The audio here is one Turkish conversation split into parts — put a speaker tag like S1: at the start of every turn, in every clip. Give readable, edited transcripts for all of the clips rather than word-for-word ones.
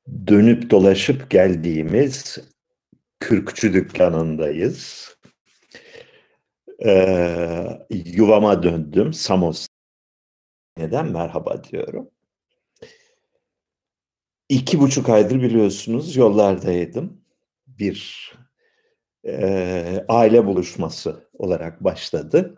S1: Dönüp dolaşıp geldiğimiz kürkçü dükkanındayız. Yuvama döndüm. Samos. Neden merhaba diyorum. 2,5 aydır biliyorsunuz yollardaydım. Bir aile buluşması olarak başladı.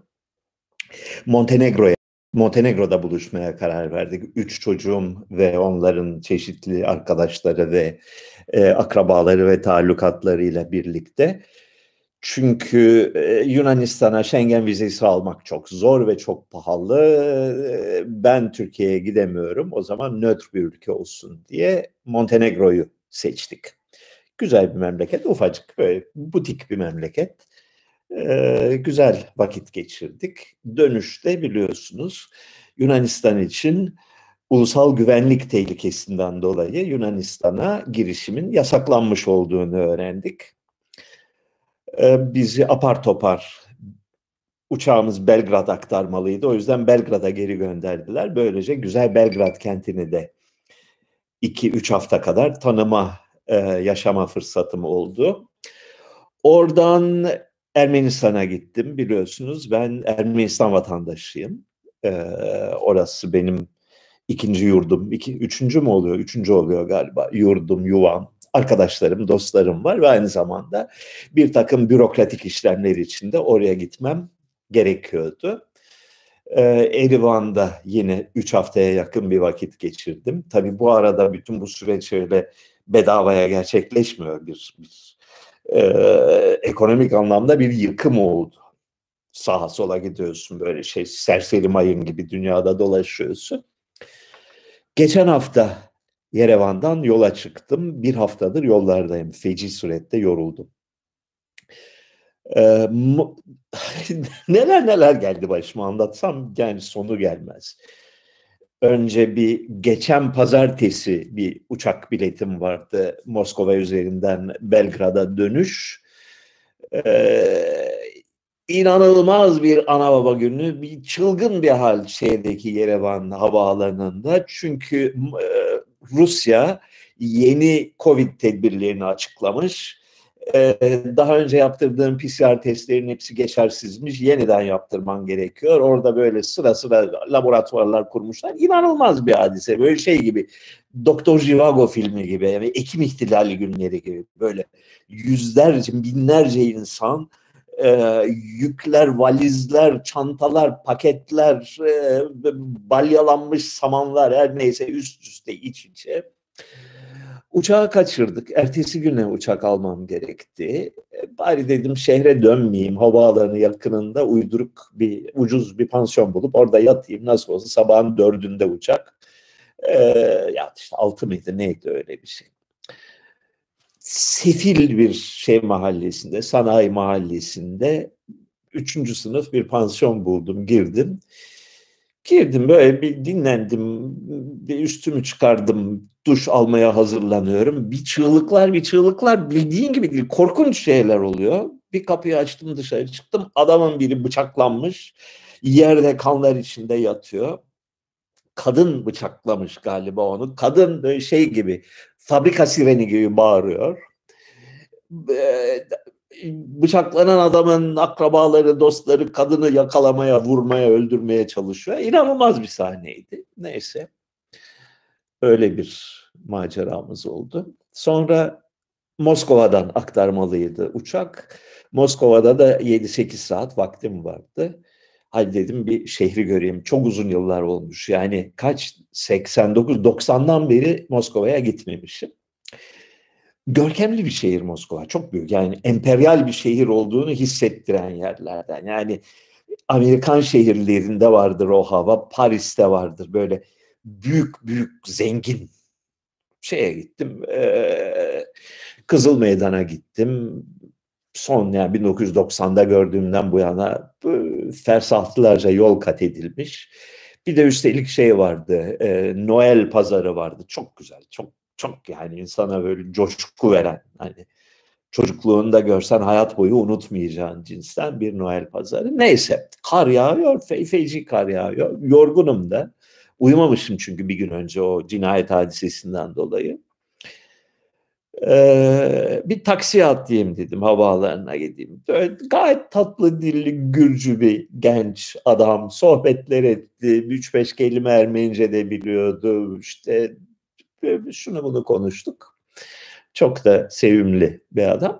S1: Montenegro'da buluşmaya karar verdik. 3 çocuğum ve onların çeşitli arkadaşları ve akrabaları ve taallukatlarıyla birlikte. Çünkü Yunanistan'a Schengen vizesi almak çok zor ve çok pahalı. Ben Türkiye'ye gidemiyorum. O zaman nötr bir ülke olsun diye Montenegro'yu seçtik. Güzel bir memleket, ufacık böyle butik bir memleket. Güzel vakit geçirdik. Dönüşte biliyorsunuz Yunanistan için ulusal güvenlik tehlikesinden dolayı Yunanistan'a girişimin yasaklanmış olduğunu öğrendik. Bizi apar topar uçağımız Belgrad aktarmalıydı. O yüzden Belgrad'a geri gönderdiler. Böylece güzel Belgrad kentini de 2-3 hafta kadar tanıma, yaşama fırsatım oldu. Oradan Ermenistan'a gittim biliyorsunuz. Ben Ermenistan vatandaşıyım. Orası benim ikinci yurdum. Üçüncü mü oluyor? Üçüncü oluyor galiba. Yurdum, yuvam. Arkadaşlarım, dostlarım var ve aynı zamanda bir takım bürokratik işlemler için de oraya gitmem gerekiyordu. Erivan'da yine 3 haftaya yakın bir vakit geçirdim. Tabii bu arada bütün bu süreç öyle bedavaya gerçekleşmiyor. Bir ekonomik anlamda bir yıkım oldu. Sağa sola gidiyorsun böyle serseri mayın gibi dünyada dolaşıyorsun. Geçen hafta Yerevan'dan yola çıktım. Bir haftadır yollardayım. Feci surette yoruldum. Neler geldi başıma anlatsam yani sonu gelmez. Önce geçen pazartesi bir uçak biletim vardı. Moskova üzerinden Belgrad'a dönüş. İnanılmaz bir ana baba günü, bir çılgın bir hal Yerevan havaalanında. Çünkü Rusya yeni Covid tedbirlerini açıklamış. Daha önce yaptırdığım PCR testlerin hepsi geçersizmiş. Yeniden yaptırman gerekiyor. Orada böyle sıra sıra laboratuvarlar kurmuşlar. İnanılmaz bir hadise. Böyle gibi. Doktor Zhivago filmi gibi. Yani Ekim ihtilali günleri gibi. Böyle yüzlerce, binlerce insan, yükler, valizler, çantalar, paketler, balyalanmış samanlar, her neyse üst üste iç içe. Uçağı kaçırdık. Ertesi güne uçak almam gerekti. Bari dedim şehre dönmeyeyim. Havaalanı yakınında ucuz bir pansiyon bulup orada yatayım. Nasıl olsa sabahın 4'ünde uçak. Ya işte 6 mıydı neydi öyle bir şey. Sefil bir mahallesinde, sanayi mahallesinde 3. sınıf bir pansiyon buldum, girdim. Girdim böyle bir dinlendim, bir üstümü çıkardım, duş almaya hazırlanıyorum. Bir çığlıklar bildiğin gibi değil, korkunç şeyler oluyor. Bir kapıyı açtım, dışarı çıktım, adamın biri bıçaklanmış, yerde kanlar içinde yatıyor. Kadın bıçaklamış galiba onu. Kadın böyle gibi, fabrika sireni gibi bağırıyor. Bıçaklanan adamın akrabaları, dostları kadını yakalamaya, vurmaya, öldürmeye çalışıyor. İnanılmaz bir sahneydi. Neyse. Öyle bir maceramız oldu. Sonra Moskova'dan aktarmalıydı uçak. Moskova'da da 7-8 saat vaktim vardı. Hadi dedim bir şehri göreyim. Çok uzun yıllar olmuş. Yani 89-90'dan beri Moskova'ya gitmemişim. Görkemli bir şehir Moskova. Çok büyük. Yani emperyal bir şehir olduğunu hissettiren yerlerden. Yani Amerikan şehirlerinde vardır o hava. Paris'te vardır. Böyle büyük zengin. Gittim. Kızıl Meydan'a gittim. Son 1990'da gördüğümden bu yana fersahlarca yol kat edilmiş. Bir de üstelik vardı. Noel pazarı vardı. Çok güzel. Çok yani insana böyle coşku veren, hani çocukluğunda görsen hayat boyu unutmayacağın cinsten bir Noel pazarı. Neyse, kar yağıyor, feci kar yağıyor. Yorgunum da. Uyumamışım çünkü bir gün önce o cinayet hadisesinden dolayı. Bir taksiye atlayayım dedim, havaalanına gideyim. Böyle gayet tatlı dilli Gürcü bir genç adam sohbetler etti. 3-5 kelime Ermenice de biliyordu. İşte şunu bunu konuştuk. Çok da sevimli bir adam.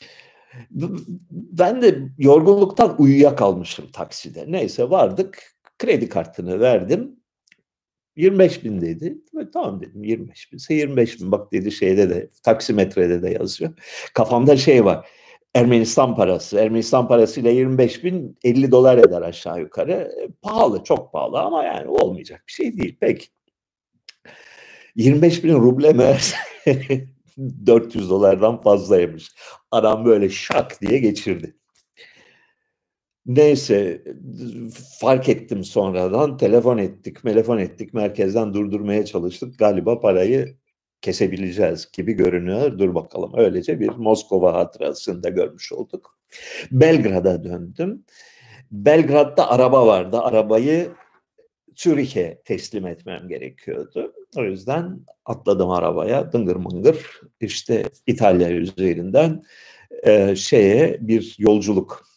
S1: Ben de yorgunluktan uyuyakalmışım takside. Neyse vardık. Kredi kartını verdim. 25 bin dedi. Tamam dedim, 25 binse 25 bin. Bak dedi, şeyde de, taksimetrede de yazıyor. Kafamda şey var. Ermenistan parası. Ermenistan parasıyla 25 bin 50 dolar eder aşağı yukarı. Pahalı, çok pahalı ama yani olmayacak bir şey değil. Peki. 25 bin ruble meğerse 400 dolardan fazlaymış. Adam böyle şak diye geçirdi. Neyse, fark ettim sonradan, telefon ettik, merkezden durdurmaya çalıştık. Galiba parayı kesebileceğiz gibi görünüyor. Dur bakalım. Öylece bir Moskova hatırasını da görmüş olduk. Belgrad'a döndüm. Belgrad'da araba vardı. Arabayı Zürih'e teslim etmem gerekiyordu. O yüzden atladım arabaya, dıngır mıngır, işte İtalya üzerinden bir yolculuk.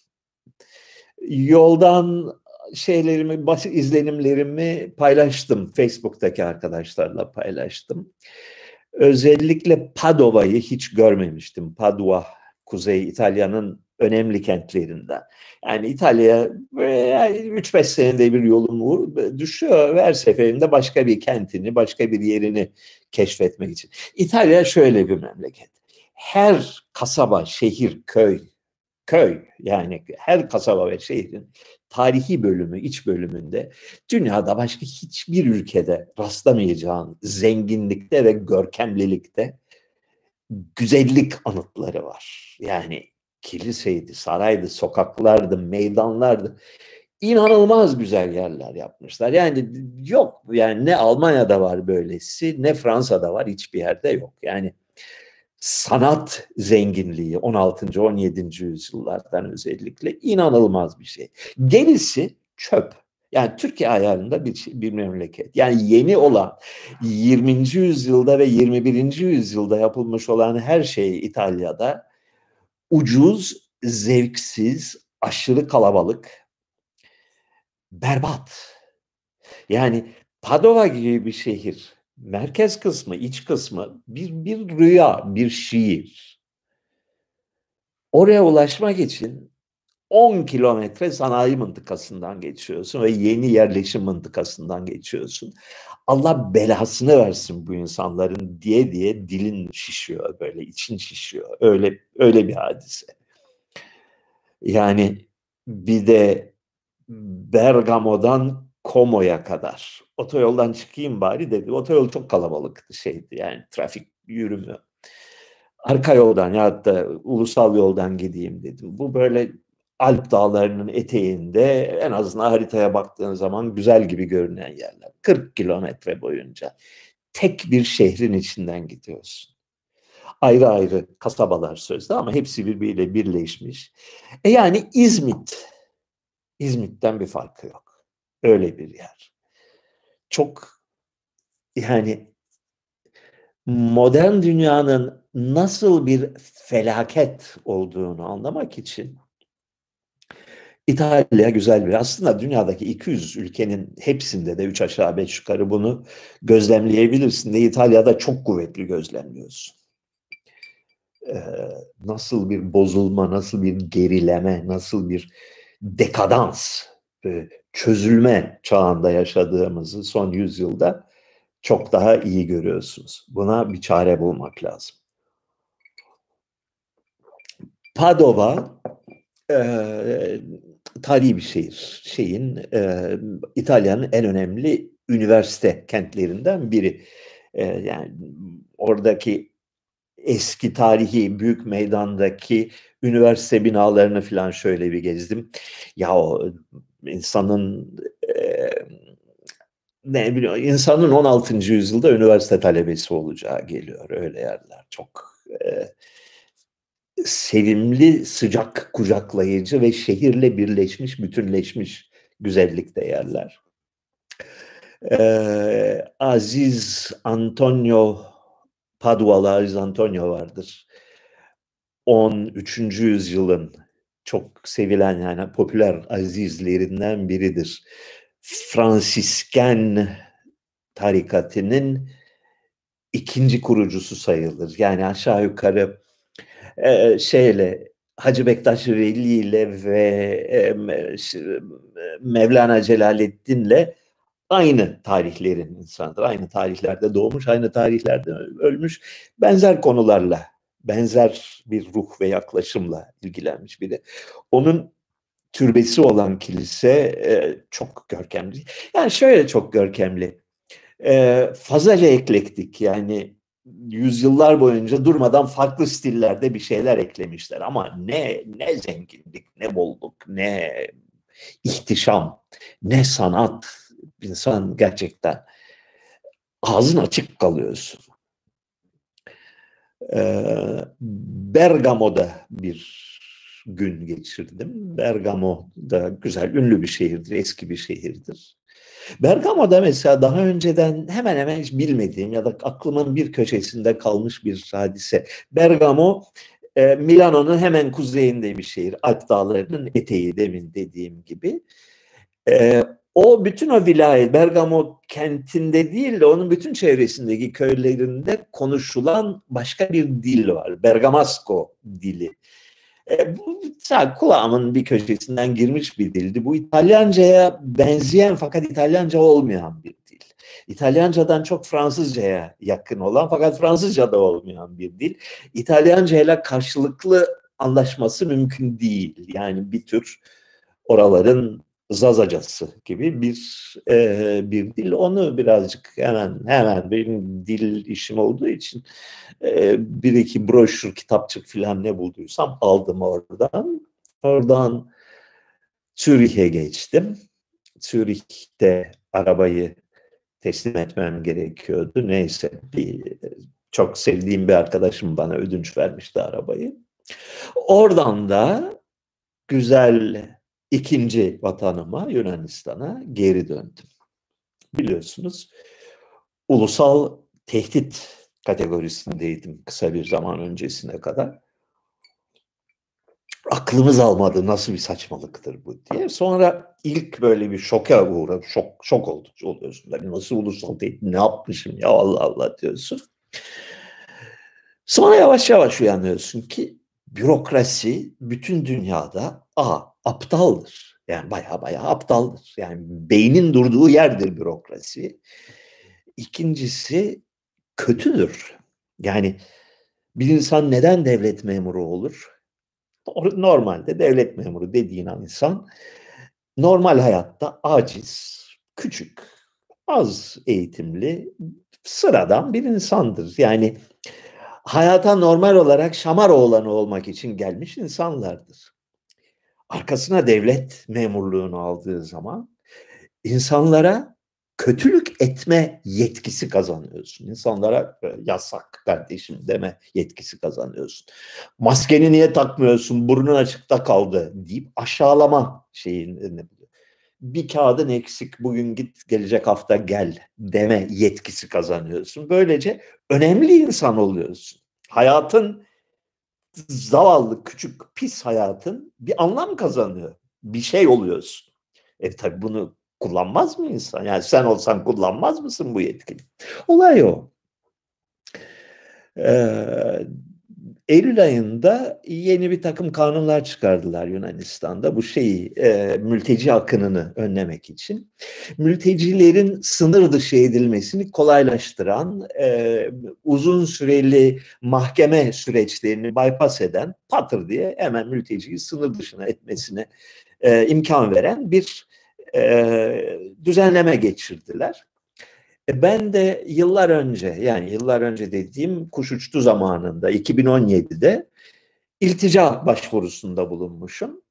S1: Yoldan izlenimlerimi paylaştım. Facebook'taki arkadaşlarla paylaştım. Özellikle Padova'yı hiç görmemiştim. Padua, Kuzey İtalya'nın önemli kentlerinden. Yani İtalya'ya 3-5 senede bir yolum düşüyor. Her seferinde başka bir kentini, başka bir yerini keşfetmek için. İtalya şöyle bir memleket. Her kasaba, şehir, köy, yani her kasaba ve şehrin tarihi bölümü, iç bölümünde dünyada başka hiçbir ülkede rastlamayacağın zenginlikte ve görkemlilikte güzellik anıtları var. Yani kiliseydi, saraydı, sokaklardı, meydanlardı. İnanılmaz güzel yerler yapmışlar. Yani yok, yani ne Almanya'da var böylesi, ne Fransa'da var, hiçbir yerde yok. Yani sanat zenginliği 16. 17. yüzyıllardan özellikle inanılmaz bir şey. Gerisi çöp. Yani Türkiye ayarında bir memleket. Yani yeni olan 20. yüzyılda ve 21. yüzyılda yapılmış olan her şey İtalya'da ucuz, zevksiz, aşırı kalabalık, berbat. Yani Padova gibi bir şehir, merkez kısmı, iç kısmı bir rüya, bir şiir. Oraya ulaşmak için 10 kilometre sanayi mıntıkasından geçiyorsun ve yeni yerleşim mıntıkasından geçiyorsun. Allah belasını versin bu insanların diye diye dilin şişiyor, böyle için şişiyor. Öyle bir hadise. Yani bir de Bergamo'dan Como'ya kadar otoyoldan çıkayım bari dedi. Otoyol çok kalabalıktı, yani trafik yürümüyor. Arka yoldan ya da ulusal yoldan gideyim dedim. Bu böyle Alp dağlarının eteğinde, en azından haritaya baktığın zaman güzel gibi görünen yerler. 40 kilometre boyunca tek bir şehrin içinden gidiyorsun. Ayrı ayrı kasabalar sözde ama hepsi birbiriyle birleşmiş. Yani İzmit'ten bir farkı yok. Öyle bir yer. Çok, yani modern dünyanın nasıl bir felaket olduğunu anlamak için İtalya güzel bir. Aslında dünyadaki 200 ülkenin hepsinde de 3 aşağı 5 yukarı bunu gözlemleyebilirsin. De İtalya'da çok kuvvetli gözlemliyorsun. Nasıl bir bozulma, nasıl bir gerileme, nasıl bir dekadans, çözülme çağında yaşadığımızı son yüzyılda çok daha iyi görüyorsunuz. Buna bir çare bulmak lazım. Padova tarihi bir şehir. İtalya'nın en önemli üniversite kentlerinden biri. Yani oradaki eski tarihi büyük meydandaki üniversite binalarını falan şöyle bir gezdim. Ya o insanın insanın 16. yüzyılda üniversite talebesi olacağı geliyor, öyle yerler. Çok sevimli, sıcak, kucaklayıcı ve şehirle birleşmiş, bütünleşmiş güzellikte yerler. Aziz Antonio Padualı Aziz Antonio vardır. 13. yüzyılın çok sevilen yani popüler azizlerinden biridir. Fransisken tarikatının ikinci kurucusu sayılır. Yani aşağı yukarı Hacı Bektaş Veli ile ve Mevlana Celaleddin'le aynı tarihlerin insanıdır. Aynı tarihlerde doğmuş, aynı tarihlerde ölmüş. Benzer konularla, benzer bir ruh ve yaklaşımla ilgilenmiş biri. Onun türbesi olan kilise çok görkemli. Yani şöyle çok görkemli. Fazlaca eklektik. Yani yüzyıllar boyunca durmadan farklı stillerde bir şeyler eklemişler. Ama ne zenginlik, ne bolluk, ne ihtişam, ne sanat. İnsan gerçekten ağzın açık kalıyorsun. Bergamo'da bir gün geçirdim. Bergamo da güzel, ünlü bir şehirdir, eski bir şehirdir. Bergamo'da mesela daha önceden hemen hemen hiç bilmediğim ya da aklımın bir köşesinde kalmış bir hadise. Bergamo, Milano'nun hemen kuzeyinde bir şehir. Alp Dağları'nın eteği, demin dediğim gibi. O bütün o vilayet, Bergamo kentinde değil de onun bütün çevresindeki köylerinde konuşulan başka bir dil var. Bergamasco dili. Bu kulağımın bir köşesinden girmiş bir dildi. Bu İtalyanca'ya benzeyen fakat İtalyanca olmayan bir dil. İtalyancadan çok Fransızca'ya yakın olan fakat Fransızca'da olmayan bir dil. İtalyanca'yla karşılıklı anlaşması mümkün değil. Yani bir tür oraların Zazacası gibi bir dil. Onu birazcık hemen benim dil işim olduğu için bir iki broşür, kitapçık falan ne bulduysam aldım oradan. Oradan Zürih'e geçtim. Zürih'te arabayı teslim etmem gerekiyordu. Neyse çok sevdiğim bir arkadaşım bana ödünç vermişti arabayı. Oradan da güzel ikinci vatanıma, Yunanistan'a geri döndüm. Biliyorsunuz ulusal tehdit kategorisindeydim kısa bir zaman öncesine kadar. Aklımız almadı, nasıl bir saçmalıktır bu diye. Sonra ilk böyle bir şoka uğradım. Şok oluyorsun. Yani nasıl ulusal tehdit, ne yapmışım ya, Allah Allah diyorsun. Sonra yavaş yavaş uyanıyorsun ki bürokrasi bütün dünyada aptaldır. Yani baya aptaldır. Yani beynin durduğu yerdir bürokrasi. İkincisi kötüdür. Yani bir insan neden devlet memuru olur? Normalde devlet memuru dediğin insan normal hayatta aciz, küçük, az eğitimli, sıradan bir insandır. Yani hayata normal olarak Şamaroğlanı olmak için gelmiş insanlardır. Arkasına devlet memurluğunu aldığı zaman insanlara kötülük etme yetkisi kazanıyorsun. İnsanlara yasak kardeşim deme yetkisi kazanıyorsun. Maskeni niye takmıyorsun, burnun açıkta kaldı deyip aşağılama şeyini, bir kağıdın eksik, bugün git gelecek hafta gel deme yetkisi kazanıyorsun. Böylece önemli insan oluyorsun. Hayatın, zavallı küçük pis hayatın bir anlam kazanıyor. Bir şey oluyorsun. Tabii bunu kullanmaz mı insan? Yani sen olsan kullanmaz mısın bu yetkiyi? Olay o. Eylül ayında yeni bir takım kanunlar çıkardılar Yunanistan'da. Bu mülteci akınını önlemek için. Mültecilerin sınır dışı edilmesini kolaylaştıran, uzun süreli mahkeme süreçlerini bypass eden, patır diye hemen mülteciyi sınır dışına etmesine imkan veren bir düzenleme geçirdiler. Ben de yıllar önce dediğim kuş uçtu zamanında 2017'de iltica başvurusunda bulunmuşum.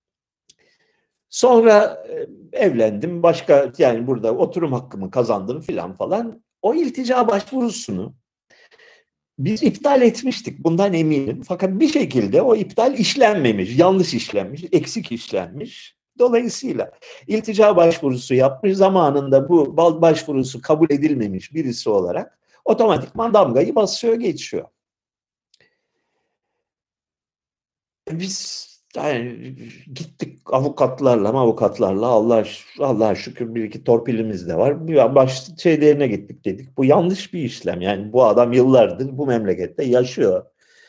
S1: Sonra evlendim, yani burada oturum hakkımı kazandım filan falan. O iltica başvurusunu biz iptal etmiştik, bundan eminim. Fakat bir şekilde o iptal işlenmemiş, yanlış işlenmiş, eksik işlenmiş. Dolayısıyla iltica başvurusu yapmış, zamanında bu başvurusu kabul edilmemiş birisi olarak otomatikman damgayı basıyor geçiyor. Biz yani gittik avukatlarla Allah şükür bir iki torpilimiz de var. Bir şeylerine gittik dedik. Bu yanlış bir işlem. Yani bu adam yıllardır bu memlekette yaşıyor.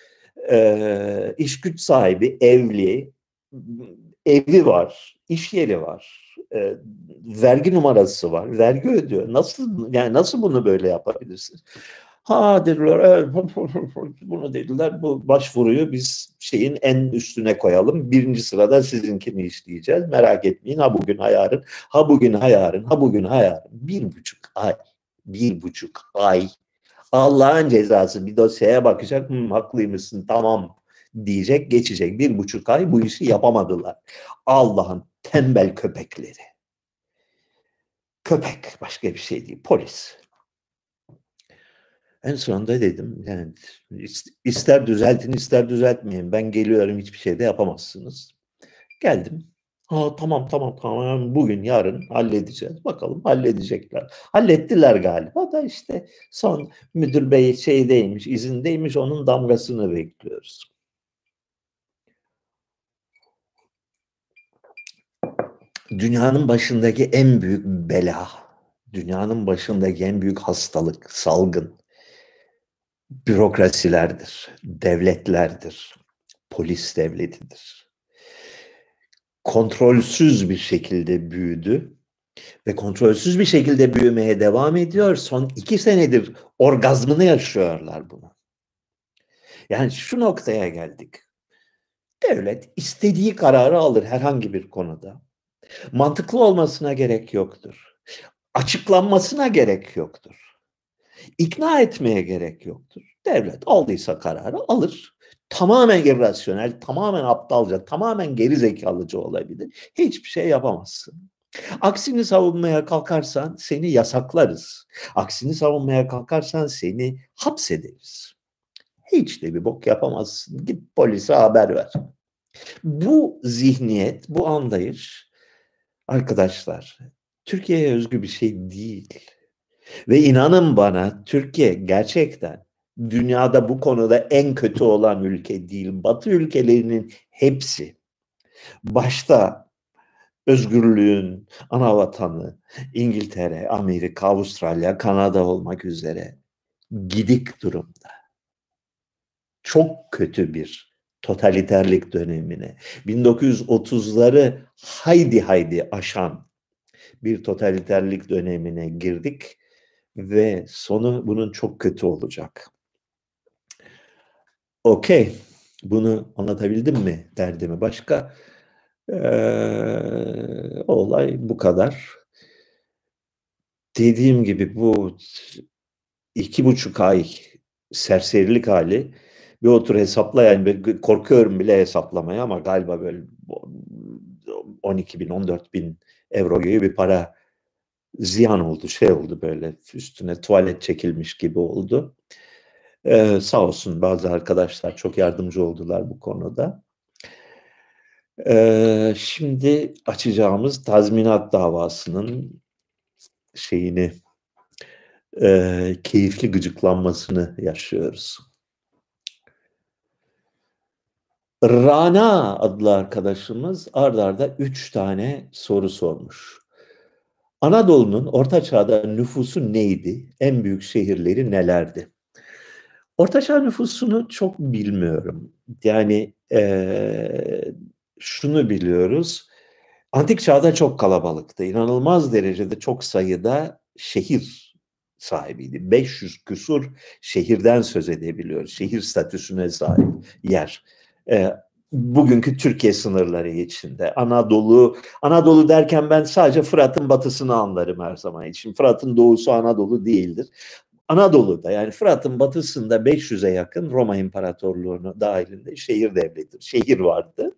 S1: İş güç sahibi, evli, evi var, iş yeri var, vergi numarası var, vergi ödüyor. Nasıl bunu böyle yapabilirsin? Ha dediler, evet, bunu dediler, bu başvuruyu biz şeyin en üstüne koyalım. Birinci sırada sizinkini işleyeceğiz. Merak etmeyin. Ha bugün ha yarın, ha bugün ha yarın, ha bugün ha yarın. 1,5 ay. 1,5 ay. Allah'ın cezası bir dosyaya bakacak. Haklıymışsın tamam diyecek, geçecek. 1,5 ay bu işi yapamadılar. Allah'ın tembel köpekleri. Köpek başka bir şey değil. Polis. En sonunda dedim yani ister düzeltin ister düzeltmeyin. Ben geliyorum hiçbir şey de yapamazsınız. Geldim. Ha, tamam bugün yarın halledeceğiz. Bakalım halledecekler. Hallettiler galiba da işte son müdür bey şeydeymiş, izindeymiş, onun damgasını bekliyoruz. Dünyanın başındaki en büyük bela, dünyanın başındaki en büyük hastalık, salgın bürokrasilerdir, devletlerdir, polis devletidir. Kontrolsüz bir şekilde büyüdü ve kontrolsüz bir şekilde büyümeye devam ediyor. Son 2 senedir orgazmını yaşıyorlar bunu. Yani şu noktaya geldik. Devlet istediği kararı alır herhangi bir konuda. Mantıklı olmasına gerek yoktur. Açıklanmasına gerek yoktur. İkna etmeye gerek yoktur. Devlet aldıysa kararı alır. Tamamen irrasyonel, tamamen aptalca, tamamen gerizekalıca olabilir. Hiçbir şey yapamazsın. Aksini savunmaya kalkarsan seni yasaklarız. Aksini savunmaya kalkarsan seni hapsederiz. Hiç de bir bok yapamazsın. Git polise haber ver. Bu zihniyet, bu anlayış arkadaşlar Türkiye'ye özgü bir şey değil. Ve inanın bana Türkiye gerçekten dünyada bu konuda en kötü olan ülke değil. Batı ülkelerinin hepsi başta özgürlüğün ana vatanı İngiltere, Amerika, Avustralya, Kanada olmak üzere gidik durumda. Çok kötü bir totaliterlik dönemine, 1930'ları haydi aşan bir totaliterlik dönemine girdik ve sonu bunun çok kötü olacak. Okey, bunu anlatabildim mi derdimi? Başka olay bu kadar. Dediğim gibi bu 2,5 ay serserilik hali bir otur hesapla, yani korkuyorum bile hesaplamaya ama galiba böyle 12 bin 14 bin euro gibi bir para ziyan oldu, şey oldu, böyle üstüne tuvalet çekilmiş gibi oldu. Sağ olsun bazı arkadaşlar çok yardımcı oldular bu konuda. Şimdi açacağımız tazminat davasının şeyini, keyifli gıcıklanmasını yaşıyoruz. Rana adlı arkadaşımız ard arda 3 tane soru sormuş. Anadolu'nun Orta Çağ'da nüfusu neydi? En büyük şehirleri nelerdi? Orta Çağ nüfusunu çok bilmiyorum. Yani şunu biliyoruz. Antik Çağ'da çok kalabalıktı. İnanılmaz derecede çok sayıda şehir sahibiydi. 500 küsur şehirden söz edebiliyoruz. Şehir statüsüne sahip yer. Bugünkü Türkiye sınırları içinde. Anadolu derken ben sadece Fırat'ın batısını anlarım her zaman için. Fırat'ın doğusu Anadolu değildir. Anadolu'da, yani Fırat'ın batısında 500'e yakın Roma İmparatorluğu'nun dahilinde şehir vardı.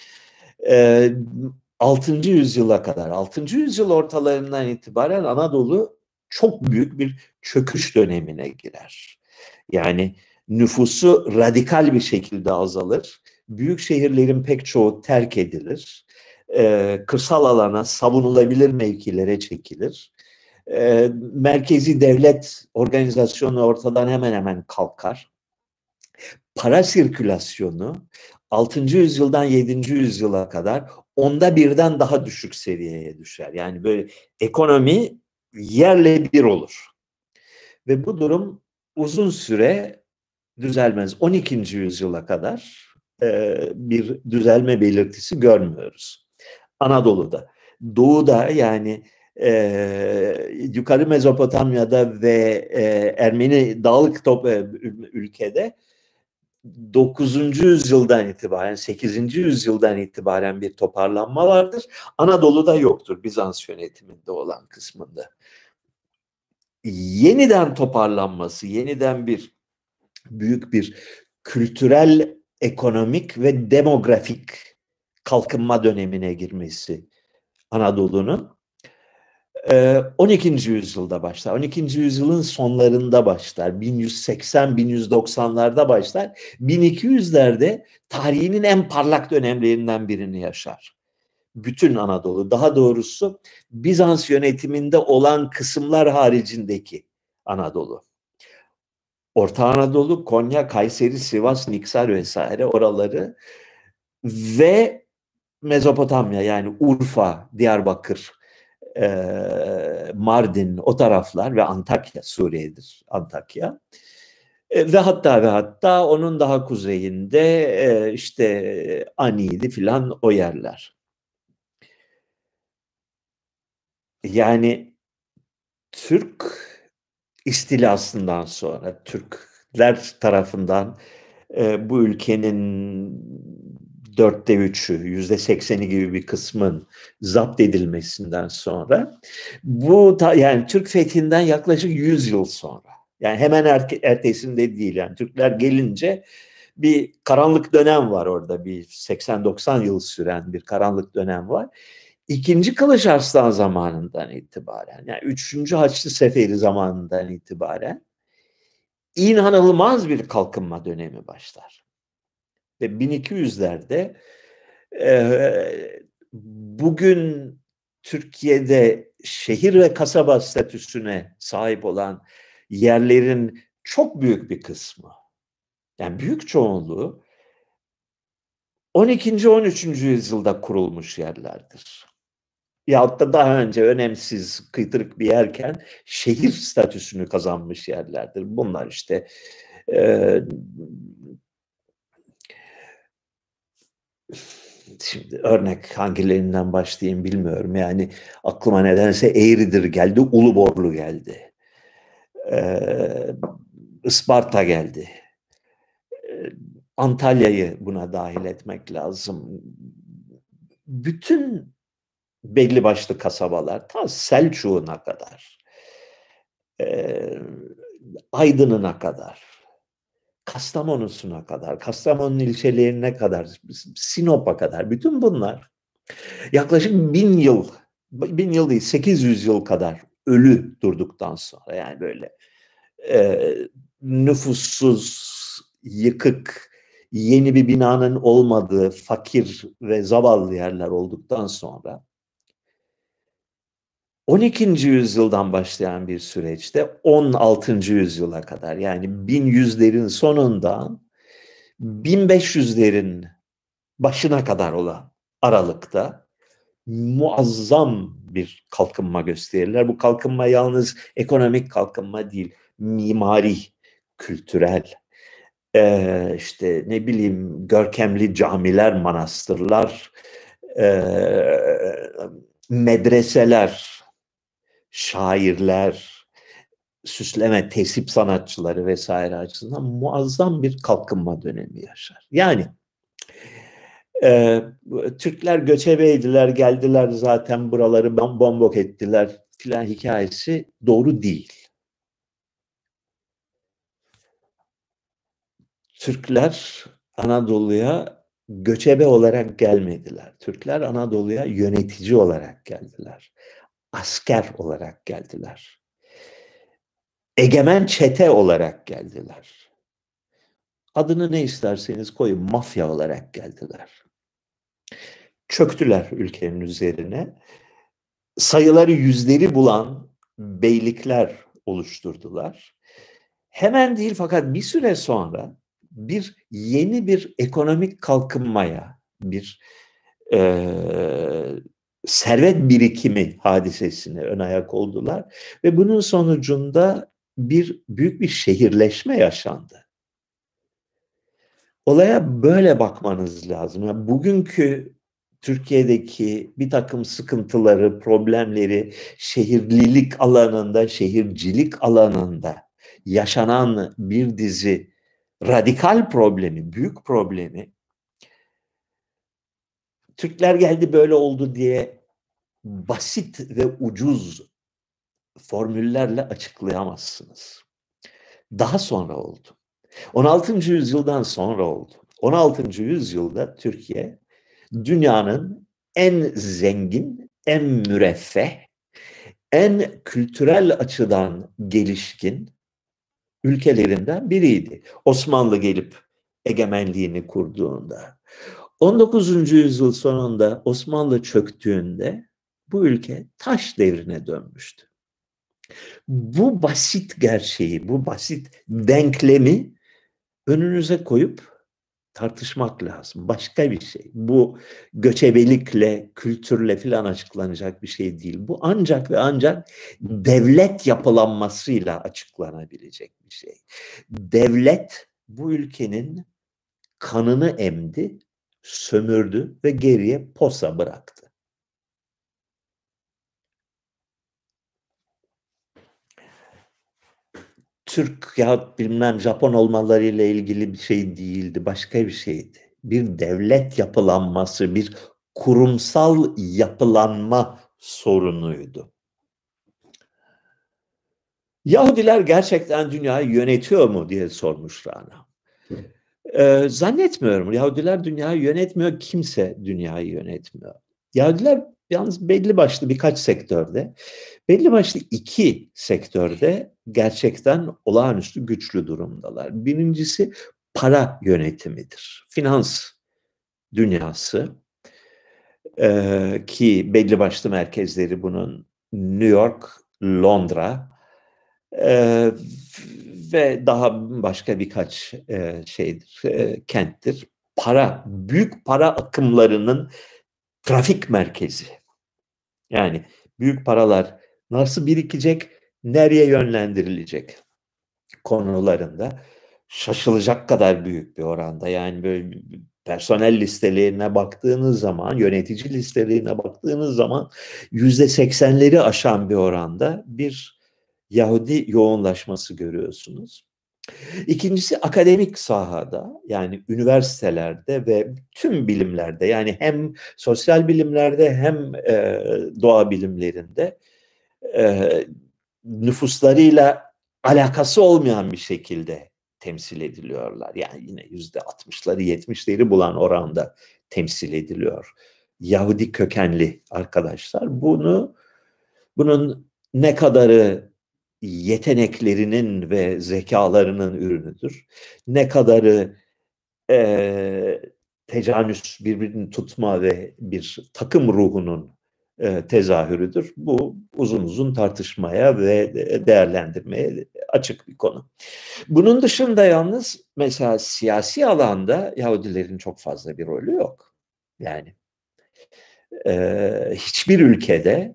S1: 6. yüzyıla kadar, 6. yüzyıl ortalarından itibaren Anadolu çok büyük bir çöküş dönemine girer. Yani nüfusu radikal bir şekilde azalır. Büyük şehirlerin pek çoğu terk edilir. Kırsal alana, savunulabilir mevkilere çekilir. Merkezi devlet organizasyonu ortadan hemen hemen kalkar. Para sirkülasyonu 6. yüzyıldan 7. yüzyıla kadar onda birden daha düşük seviyeye düşer. Yani böyle ekonomi yerle bir olur. Ve bu durum uzun süre düzelmez. 12. yüzyıla kadar bir düzelme belirtisi görmüyoruz. Anadolu'da, Doğu'da yani yukarı Mezopotamya'da ve Ermeni dağlık ülkede 9. yüzyıldan itibaren, 8. yüzyıldan itibaren bir toparlanma vardır. Anadolu'da yoktur, Bizans yönetiminde olan kısmında. Yeniden toparlanması, yeniden büyük bir kültürel, ekonomik ve demografik kalkınma dönemine girmesi Anadolu'nun 12. yüzyılda başlar. 12. yüzyılın sonlarında başlar. 1180-1190'larda başlar. 1200'lerde tarihinin en parlak dönemlerinden birini yaşar. Bütün Anadolu, daha doğrusu Bizans yönetiminde olan kısımlar haricindeki Anadolu. Orta Anadolu, Konya, Kayseri, Sivas, Niksar vesaire oraları ve Mezopotamya yani Urfa, Diyarbakır, Mardin o taraflar ve Antakya, Suriye'dir Antakya. Ve hatta onun daha kuzeyinde işte Aniydi filan o yerler. Yani Türk istilasından sonra Türkler tarafından bu ülkenin 3/4'ü, %80'i gibi bir kısmın zapt edilmesinden sonra yani Türk fethinden yaklaşık 100 yıl sonra, yani hemen ertesinde değil, yani Türkler gelince bir karanlık dönem var orada, bir 80-90 yıl süren bir karanlık dönem var. İkinci Kılıç Arslan zamanından itibaren, yani 3. Haçlı Seferi zamanından itibaren inanılmaz bir kalkınma dönemi başlar. Ve 1200'lerde bugün Türkiye'de şehir ve kasaba statüsüne sahip olan yerlerin çok büyük bir kısmı, yani büyük çoğunluğu 12. 13. yüzyılda kurulmuş yerlerdir. Yahut da daha önce önemsiz, kıytırık bir yerken şehir statüsünü kazanmış yerlerdir. Bunlar işte şimdi örnek hangilerinden başlayayım bilmiyorum. Yani aklıma nedense Eğridir geldi, Uluborlu geldi. Isparta geldi. Antalya'yı buna dahil etmek lazım. Bütün belli başlı kasabalar, ta Selçuk'una kadar, Aydın'ına kadar, Kastamonu'suna kadar, Kastamonu'nun ilçelerine kadar, Sinop'a kadar, bütün bunlar yaklaşık 1000 yıl, 1000 yıl değil, 800 yıl kadar ölü durduktan sonra, yani böyle nüfussuz, yıkık, yeni bir binanın olmadığı, fakir ve zavallı yerler olduktan sonra 12. yüzyıldan başlayan bir süreçte 16. yüzyıla kadar, yani 1100'lerin sonundan 1500'lerin başına kadar olan aralıkta muazzam bir kalkınma gösterirler. Bu kalkınma yalnız ekonomik kalkınma değil, mimari, kültürel, işte ne bileyim görkemli camiler, manastırlar, medreseler, şairler, süsleme, tesip sanatçıları vesaire açısından muazzam bir kalkınma dönemi yaşar. Yani Türkler göçebeydiler, geldiler zaten buraları bombok ettiler filan hikayesi doğru değil. Türkler Anadolu'ya göçebe olarak gelmediler. Türkler Anadolu'ya yönetici olarak geldiler. Asker olarak geldiler. Egemen çete olarak geldiler. Adını ne isterseniz koyun, mafya olarak geldiler. Çöktüler ülkenin üzerine. Sayıları yüzleri bulan beylikler oluşturdular. Hemen değil fakat bir süre sonra yeni bir ekonomik kalkınmaya, bir servet birikimi hadisesine ön ayak oldular ve bunun sonucunda büyük bir şehirleşme yaşandı. Olaya böyle bakmanız lazım. Yani bugünkü Türkiye'deki bir takım sıkıntıları, problemleri şehirlilik alanında, şehircilik alanında yaşanan bir dizi radikal problemi, büyük problemi Türkler geldi böyle oldu diye basit ve ucuz formüllerle açıklayamazsınız. Daha sonra oldu. 16. yüzyıldan sonra oldu. 16. yüzyılda Türkiye dünyanın en zengin, en müreffeh, en kültürel açıdan gelişkin ülkelerinden biriydi. Osmanlı gelip egemenliğini kurduğunda. 19. yüzyıl sonunda Osmanlı çöktüğünde bu ülke taş devrine dönmüştü. Bu basit gerçeği, bu basit denklemi önünüze koyup tartışmak lazım. Başka bir şey. Bu göçebelikle, kültürle filan açıklanacak bir şey değil. Bu ancak ve ancak devlet yapılanmasıyla açıklanabilecek bir şey. Devlet bu ülkenin kanını emdi, sömürdü ve geriye posa bıraktı. Türk ya bilmem Japon olmalarıyla ilgili bir şey değildi, başka bir şeydi. Bir devlet yapılanması, bir kurumsal yapılanma sorunuydu. Yahudiler gerçekten dünyayı yönetiyor mu diye sormuş Rana. Zannetmiyorum. Yahudiler dünyayı yönetmiyor, kimse dünyayı yönetmiyor. Yahudiler yalnız belli başlı birkaç sektörde, belli başlı 2 sektörde gerçekten olağanüstü güçlü durumdalar. Birincisi para yönetimidir. Finans dünyası ki belli başlı merkezleri bunun New York, Londra ve daha başka birkaç kenttir. Büyük para akımlarının trafik merkezi. Yani büyük paralar nasıl birikecek, nereye yönlendirilecek konularında şaşılacak kadar büyük bir oranda. Yani böyle personel listelerine baktığınız zaman, yönetici listelerine baktığınız zaman %80'leri aşan bir oranda bir Yahudi yoğunlaşması görüyorsunuz. İkincisi akademik sahada, yani üniversitelerde ve tüm bilimlerde, yani hem sosyal bilimlerde hem doğa bilimlerinde nüfuslarıyla alakası olmayan bir şekilde temsil ediliyorlar. Yani yine %60'ları 70'leri bulan oranda temsil ediliyor. Yahudi kökenli arkadaşlar bunun ne kadarı yeteneklerinin ve zekalarının ürünüdür, ne kadarı tecanüs, birbirini tutma ve bir takım ruhunun tezahürüdür. Bu uzun uzun tartışmaya ve değerlendirmeye açık bir konu. Bunun dışında yalnız mesela siyasi alanda Yahudilerin çok fazla bir rolü yok. Yani hiçbir ülkede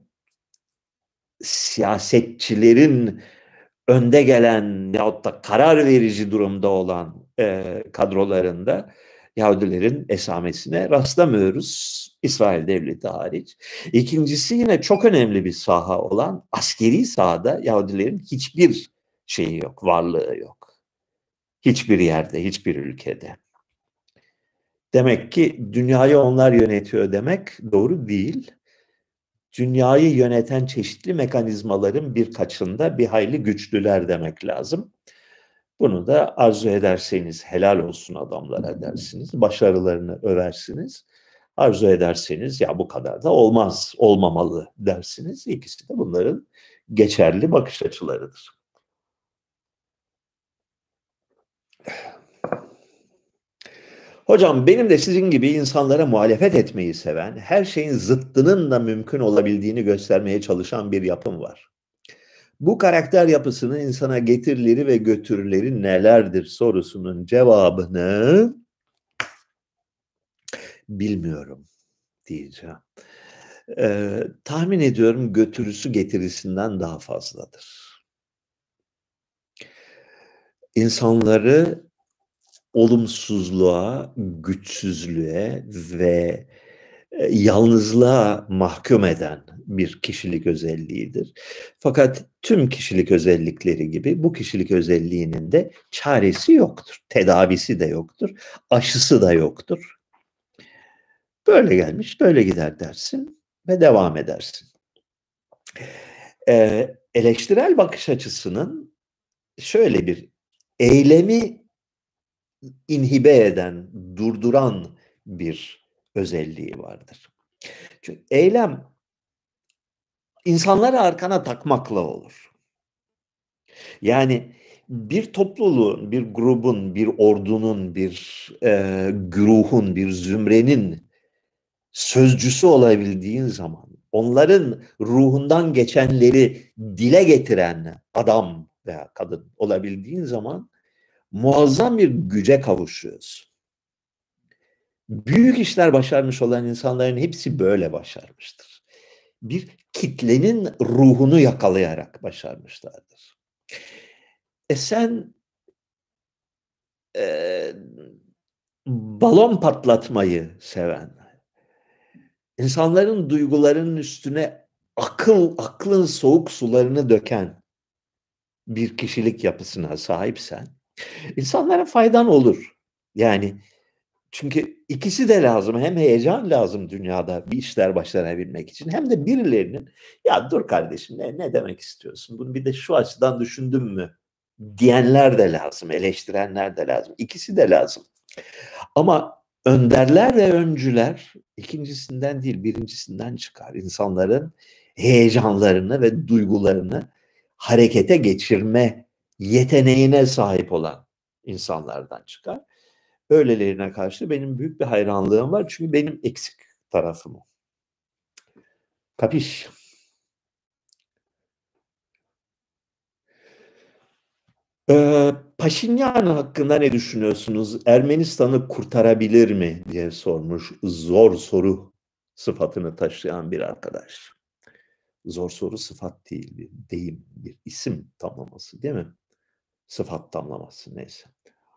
S1: siyasetçilerin önde gelen yahut da karar verici durumda olan kadrolarında Yahudilerin esamesine rastlamıyoruz. İsrail Devleti hariç. İkincisi yine çok önemli bir saha olan askeri sahada Yahudilerin hiçbir şeyi yok, varlığı yok. Hiçbir yerde, hiçbir ülkede. Demek ki dünyayı onlar yönetiyor demek doğru değil. Dünyayı yöneten çeşitli mekanizmaların birkaçında bir hayli güçlüler demek lazım. Bunu da arzu ederseniz helal olsun adamlara dersiniz, başarılarını översiniz. Arzu ederseniz ya bu kadar da olmaz, olmamalı dersiniz. İkisi de bunların geçerli bakış açılarıdır. Hocam benim de sizin gibi insanlara muhalefet etmeyi seven, her şeyin zıttının da mümkün olabildiğini göstermeye çalışan bir yapım var. Bu karakter yapısının insana getirileri ve götürüleri nelerdir sorusunun cevabını bilmiyorum diyeceğim. Tahmin ediyorum götürüsü getirisinden daha fazladır. İnsanları olumsuzluğa, güçsüzlüğe ve yalnızlığa mahkum eden bir kişilik özelliğidir. Fakat tüm kişilik özellikleri gibi bu kişilik özelliğinin de çaresi yoktur. Tedavisi de yoktur. Aşısı da yoktur. Böyle gelmiş, böyle gider dersin ve devam edersin. Eleştirel bakış açısının şöyle bir eylemi inhibe eden, durduran bir özelliği vardır. Çünkü eylem insanları arkana takmakla olur. Yani bir topluluğun, bir grubun, bir ordunun, bir güruhun, bir zümrenin sözcüsü olabildiğin zaman, onların ruhundan geçenleri dile getiren adam veya kadın olabildiğin zaman muazzam bir güce kavuşuyorsun. Büyük işler başarmış olan insanların hepsi böyle başarmıştır. Bir kitlenin ruhunu yakalayarak başarmışlardır. Sen balon patlatmayı seven, insanların duygularının üstüne aklın soğuk sularını döken bir kişilik yapısına sahipsen, insanlara faydan olur. Yani çünkü ikisi de lazım. Hem heyecan lazım dünyada bir işler başarabilmek için, hem de birilerinin ya dur kardeşim ne demek istiyorsun? Bunu bir de şu açıdan düşündün mü? Diyenler de lazım, eleştirenler de lazım. İkisi de lazım. Ama önderler ve öncüler ikincisinden değil birincisinden çıkar. İnsanların heyecanlarını ve duygularını harekete geçirme yeteneğine sahip olan insanlardan çıkar. Öylelerine karşı benim büyük bir hayranlığım var. Çünkü benim eksik tarafım o. Kapiş? Paşinyan hakkında ne düşünüyorsunuz? Ermenistan'ı kurtarabilir mi diye sormuş. Zor soru sıfatını taşıyan bir arkadaş. Zor soru sıfat değil, bir deyim, bir isim tamlaması değil mi? Sıfat tamlaması neyse.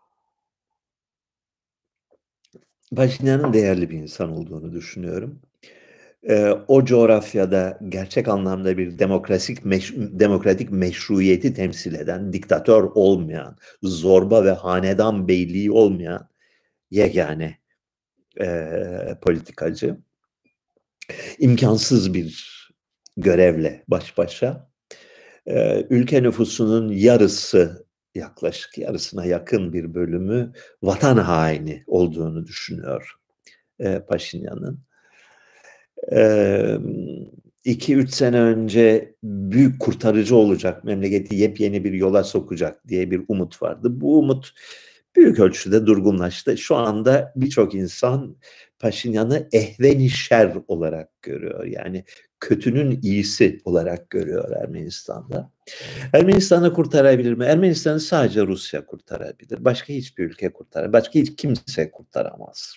S1: Paşinyan'ın değerli bir insan olduğunu düşünüyorum. O coğrafyada gerçek anlamda bir demokratik meşruiyeti temsil eden, diktatör olmayan, zorba ve hanedan beyliği olmayan yegane politikacı. İmkansız bir görevle baş başa. Ülke nüfusunun yarısı, yaklaşık yarısına yakın bir bölümü vatan haini olduğunu düşünüyor Paşinyan'ın. 2-3 sene önce büyük kurtarıcı olacak, memleketi yepyeni bir yola sokacak diye bir umut vardı. Bu umut büyük ölçüde durgunlaştı. Şu anda birçok insan Paşinyan'ı ehven-i şer olarak görüyor. Yani kötünün iyisi olarak görüyor Ermenistan'da. Ermenistan'ı kurtarabilir mi? Ermenistan'ı sadece Rusya kurtarabilir. Başka hiçbir ülke kurtaramaz. Başka hiç kimse kurtaramaz.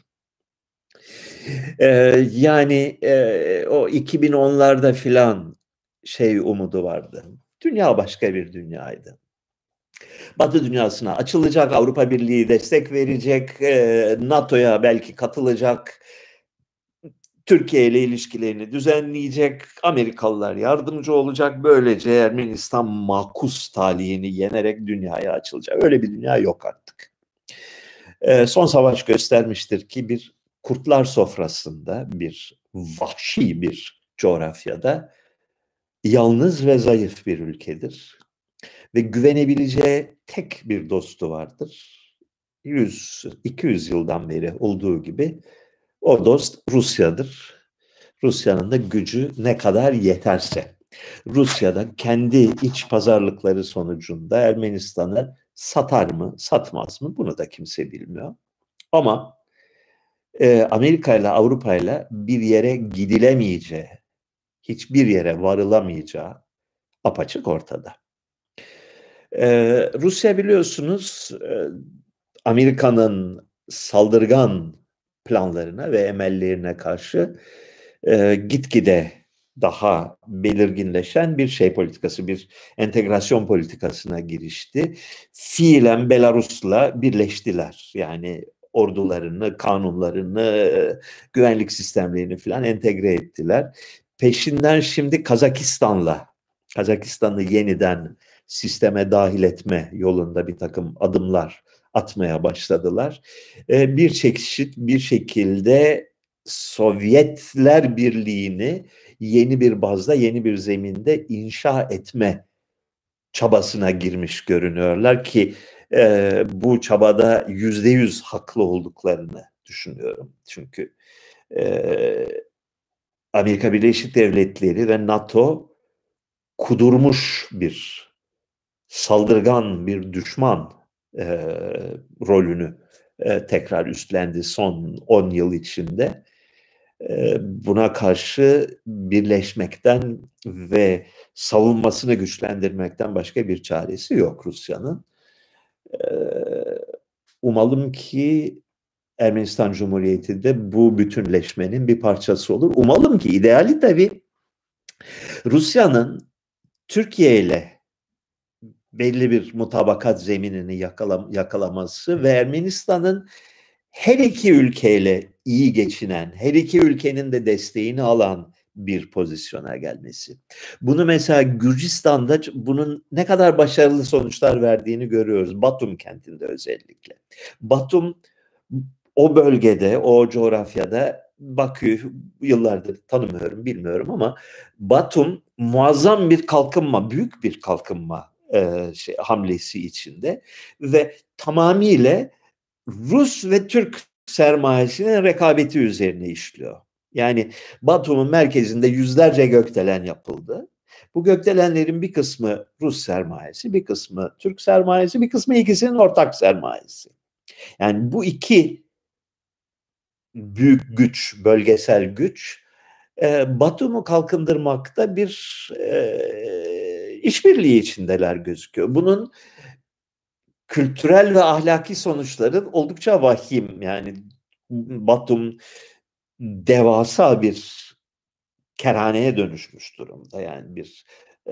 S1: Yani o 2010'larda filan umudu vardı. Dünya başka bir dünyaydı. Batı dünyasına açılacak, Avrupa Birliği destek verecek, NATO'ya belki katılacak, Türkiye ile ilişkilerini düzenleyecek, Amerikalılar yardımcı olacak. Böylece Ermenistan makus talihini yenerek dünyaya açılacak. Öyle bir dünya yok artık. Son savaş göstermiştir ki bir kurtlar sofrasında, bir vahşi bir coğrafyada yalnız ve zayıf bir ülkedir. Ve güvenebileceği tek bir dostu vardır. 100-200 yıldan beri olduğu gibi o dost Rusya'dır. Rusya'nın da gücü ne kadar yeterse. Rusya'da kendi iç pazarlıkları sonucunda Ermenistan'ı satar mı, satmaz mı? Bunu da kimse bilmiyor. Ama Amerika ile Avrupa ile bir yere gidilemeyeceği, hiçbir yere varılamayacağı apaçık ortada. Rusya biliyorsunuz Amerika'nın saldırgan planlarına ve emellerine karşı gitgide daha belirginleşen bir şey politikası, bir entegrasyon politikasına girişti. Fiilen Belarus'la birleştiler. Yani ordularını, kanunlarını, güvenlik sistemlerini falan entegre ettiler. Peşinden şimdi Kazakistan'ı yeniden sisteme dahil etme yolunda bir takım adımlar atmaya başladılar. Bir şekilde Sovyetler Birliği'ni yeni bir bazda, yeni bir zeminde inşa etme çabasına girmiş görünüyorlar ki bu çabada %100 haklı olduklarını düşünüyorum. Çünkü Amerika Birleşik Devletleri ve NATO kudurmuş bir saldırgan bir düşman rolünü tekrar üstlendi son 10 yıl içinde. Buna karşı birleşmekten ve savunmasını güçlendirmekten başka bir çaresi yok Rusya'nın. Umalım ki Ermenistan Cumhuriyeti de bu bütünleşmenin bir parçası olur. Umalım ki ideali tabii Rusya'nın Türkiye ile belli bir mutabakat zeminini yakalaması ve Ermenistan'ın her iki ülkeyle iyi geçinen, her iki ülkenin de desteğini alan bir pozisyona gelmesi. Bunu mesela Gürcistan'da bunun ne kadar başarılı sonuçlar verdiğini görüyoruz. Batum kentinde özellikle. Batum o bölgede, o coğrafyada Bakü yıllardır tanımıyorum, bilmiyorum ama Batum muazzam bir kalkınma, büyük bir kalkınma hamlesi içinde ve tamamıyla Rus ve Türk sermayesinin rekabeti üzerine işliyor. Yani Batum'un merkezinde yüzlerce gökdelen yapıldı. Bu gökdelenlerin bir kısmı Rus sermayesi, bir kısmı Türk sermayesi, bir kısmı ikisinin ortak sermayesi. Yani bu iki büyük güç, bölgesel güç Batum'u kalkındırmakta bir işbirliği içindeler gözüküyor. Bunun kültürel ve ahlaki sonuçları oldukça vahim. Yani Batum devasa bir kerhaneye dönüşmüş durumda. Yani bir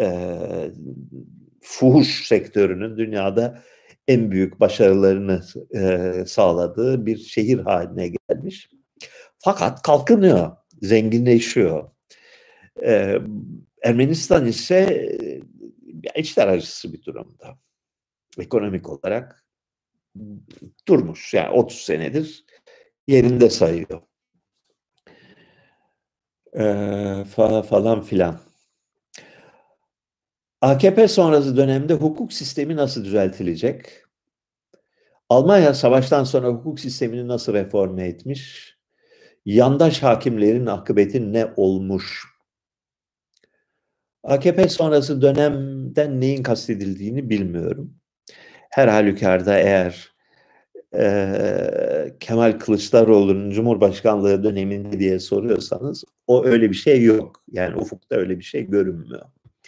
S1: fuhuş sektörünün dünyada en büyük başarılarını sağladığı bir şehir haline gelmiş. Fakat kalkınıyor, zenginleşiyor. Ermenistan ise içler acısı bir durumda. Ekonomik olarak durmuş. Yani 30 senedir yerinde sayıyor. Falan filan. AKP sonrası dönemde hukuk sistemi nasıl düzeltilecek? Almanya savaştan sonra hukuk sistemini nasıl reforme etmiş? Yandaş hakimlerin akıbeti ne olmuş? AKP sonrası dönemden neyin kastedildiğini bilmiyorum. Her halükarda eğer Kemal Kılıçdaroğlu'nun Cumhurbaşkanlığı döneminde diye soruyorsanız o öyle bir şey yok. Yani ufukta öyle bir şey görünmüyor.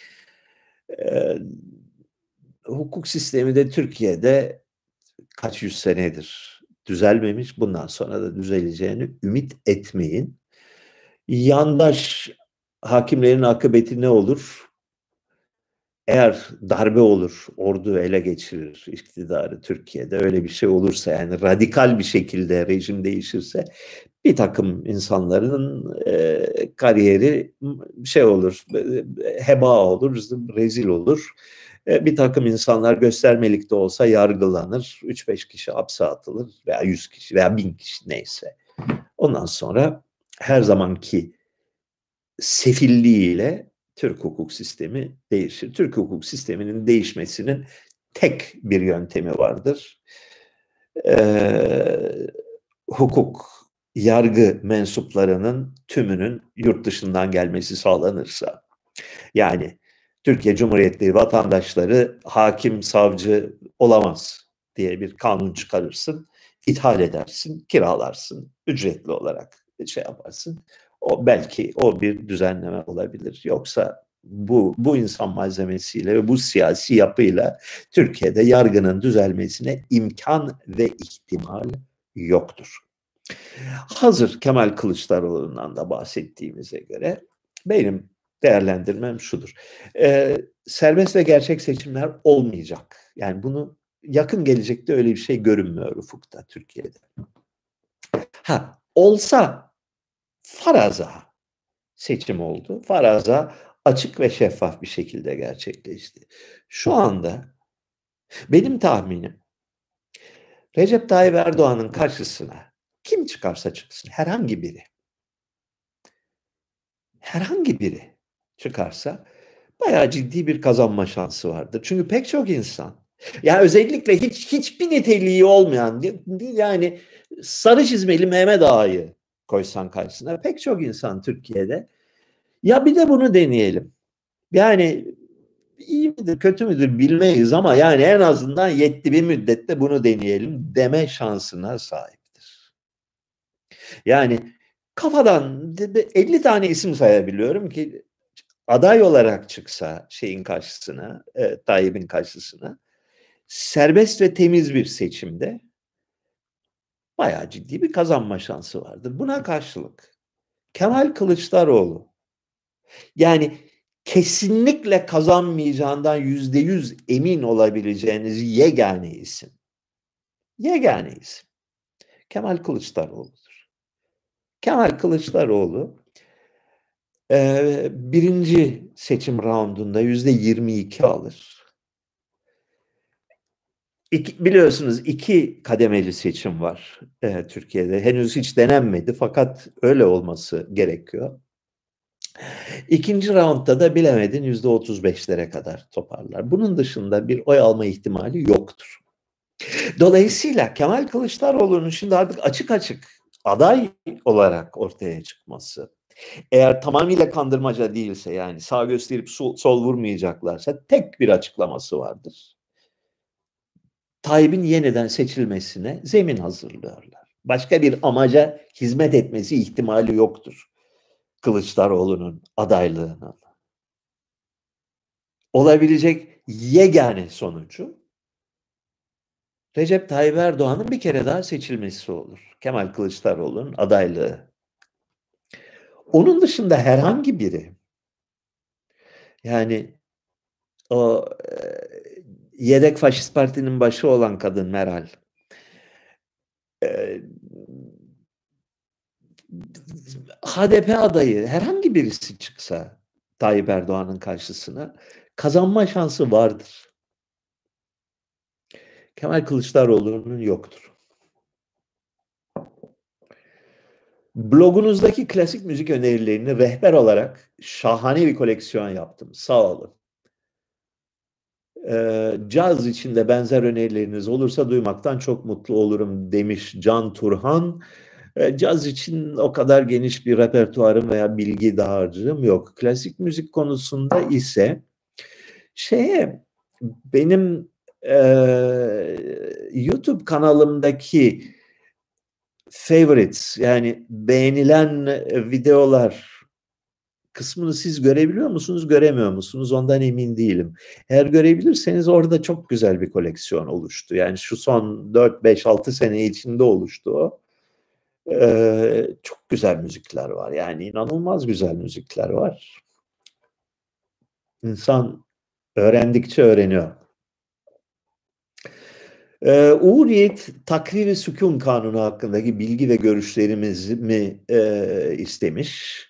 S1: Hukuk sistemi de Türkiye'de kaç yüz senedir düzelmemiş. Bundan sonra da düzeleceğini ümit etmeyin. Yandaş hakimlerin akıbeti ne olur? Eğer darbe olur, ordu ele geçirir iktidarı Türkiye'de, öyle bir şey olursa, yani radikal bir şekilde rejim değişirse bir takım insanların kariyeri şey olur, heba olur, rezil olur. Bir takım insanlar göstermelik de olsa yargılanır, 3-5 kişi hapse atılır veya 100 kişi veya 1000 kişi neyse. Ondan sonra her zamanki sefilliğiyle Türk hukuk sistemi değişir. Türk hukuk sisteminin değişmesinin tek bir yöntemi vardır. Hukuk, yargı mensuplarının tümünün yurt dışından gelmesi sağlanırsa, yani Türkiye Cumhuriyeti vatandaşları hakim, savcı olamaz diye bir kanun çıkarırsın, ithal edersin, kiralarsın, ücretli olarak şey yaparsın. O belki o bir düzenleme olabilir. Yoksa Bu insan malzemesiyle ve bu siyasi yapıyla Türkiye'de yargının düzelmesine imkan ve ihtimal yoktur. Hazır Kemal Kılıçdaroğlu'ndan da bahsettiğimize göre benim değerlendirmem şudur. Serbest ve gerçek seçimler olmayacak. Yani bunu yakın gelecekte öyle bir şey görünmüyor ufukta Türkiye'de. Olsa faraza seçim oldu. Faraza açık ve şeffaf bir şekilde gerçekleşti. Şu anda benim tahminim Recep Tayyip Erdoğan'ın karşısına kim çıkarsa çıksın, herhangi biri çıkarsa bayağı ciddi bir kazanma şansı vardır. Çünkü pek çok insan, yani özellikle hiçbir niteliği olmayan, yani sarı çizmeli Mehmet Ağa'yı koysan karşısına, pek çok insan Türkiye'de ya bir de bunu deneyelim. Yani iyi midir kötü müdür bilmeyiz ama yani en azından yetti bir müddette bunu deneyelim deme şansına sahiptir. Yani kafadan 50 tane isim sayabiliyorum ki aday olarak çıksa şeyin karşısına, Tayyip'in karşısına, serbest ve temiz bir seçimde bayağı ciddi bir kazanma şansı vardır. Buna karşılık Kemal Kılıçdaroğlu, yani kesinlikle kazanmayacağından %100 emin olabileceğiniz yegane isim Kemal Kılıçdaroğlu'dur. Kemal Kılıçdaroğlu birinci seçim raundunda %22 alır. Biliyorsunuz 2 kademeli seçim var Türkiye'de. Henüz hiç denenmedi fakat öyle olması gerekiyor. İkinci roundda da bilemedin %35'lere kadar toparlar. Bunun dışında bir oy alma ihtimali yoktur. Dolayısıyla Kemal Kılıçdaroğlu'nun şimdi artık açık açık aday olarak ortaya çıkması, eğer tamamıyla kandırmaca değilse, yani sağ gösterip sol vurmayacaklarsa, tek bir açıklaması vardır. Tayyip'in yeniden seçilmesine zemin hazırlıyorlar. Başka bir amaca hizmet etmesi ihtimali yoktur Kılıçdaroğlu'nun adaylığına. Olabilecek yegane sonucu Recep Tayyip Erdoğan'ın bir kere daha seçilmesi olur. Kemal Kılıçdaroğlu'nun adaylığı. Onun dışında herhangi biri, yani o yedek faşist partinin başı olan kadın Meral, HDP adayı herhangi birisi çıksa Tayyip Erdoğan'ın karşısına kazanma şansı vardır. Kemal Kılıçdaroğlu'nun yoktur. Blogunuzdaki klasik müzik önerilerini rehber olarak şahane bir koleksiyon yaptım. Sağ olun. Caz içinde benzer önerileriniz olursa duymaktan çok mutlu olurum demiş Can Turhan. Caz için o kadar geniş bir repertuarım veya bilgi dağarcığım yok. Klasik müzik konusunda ise benim YouTube kanalımdaki favorites, yani beğenilen videolar kısmını siz görebiliyor musunuz, göremiyor musunuz? Ondan emin değilim. Eğer görebilirseniz orada çok güzel bir koleksiyon oluştu. Yani şu son 4, 5, 6 sene içinde oluştu o. Çok güzel müzikler var. Yani inanılmaz güzel müzikler var. İnsan öğrendikçe öğreniyor. Uğur Yiğit, takrir-i sükun kanunu hakkındaki bilgi ve görüşlerimizi mi istemiş?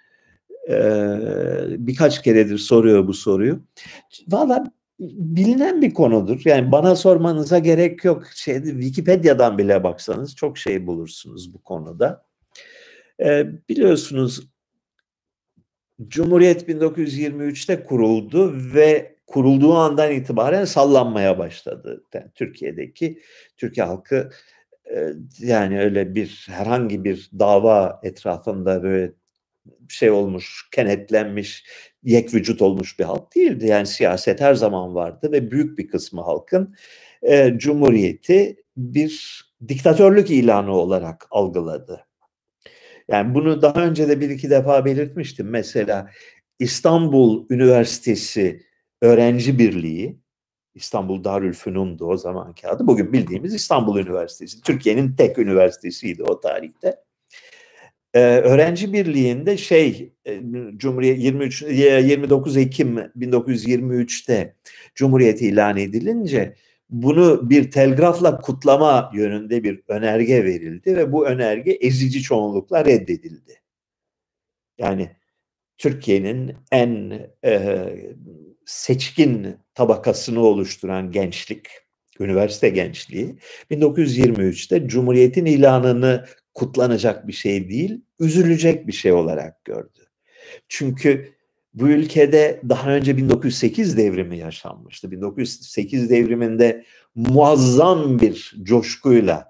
S1: Birkaç keredir soruyor bu soruyu. Valla bilinen bir konudur. Yani bana sormanıza gerek yok. Wikipedia'dan bile baksanız çok şey bulursunuz bu konuda. Biliyorsunuz Cumhuriyet 1923'te kuruldu ve kurulduğu andan itibaren sallanmaya başladı. Yani Türkiye halkı yani öyle herhangi bir dava etrafında böyle olmuş, kenetlenmiş, yek vücut olmuş bir halk değildi. Yani siyaset her zaman vardı ve büyük bir kısmı halkın Cumhuriyeti bir diktatörlük ilanı olarak algıladı. Yani bunu daha önce de bir iki defa belirtmiştim. Mesela İstanbul Üniversitesi Öğrenci Birliği, İstanbul Darülfünun'du o zamanki adı. Bugün bildiğimiz İstanbul Üniversitesi. Türkiye'nin tek üniversitesiydi o tarihte. Öğrenci Birliği'nde Cumhuriyet 29 Ekim 1923'te Cumhuriyet ilan edilince bunu bir telgrafla kutlama yönünde bir önerge verildi ve bu önerge ezici çoğunlukla reddedildi. Yani Türkiye'nin en seçkin tabakasını oluşturan gençlik, üniversite gençliği 1923'te Cumhuriyet'in ilanını kutlanacak bir şey değil, üzülecek bir şey olarak gördü. Çünkü bu ülkede daha önce 1908 devrimi yaşanmıştı. 1908 devriminde muazzam bir coşkuyla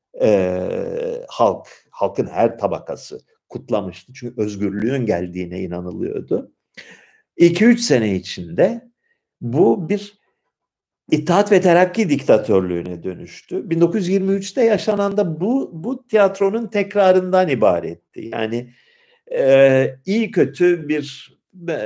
S1: halkın her tabakası kutlamıştı. Çünkü özgürlüğün geldiğine inanılıyordu. 2-3 sene içinde bu bir İttihat ve Terakki diktatörlüğüne dönüştü. 1923'te yaşanan da bu tiyatronun tekrarından ibaretti. Yani iyi kötü bir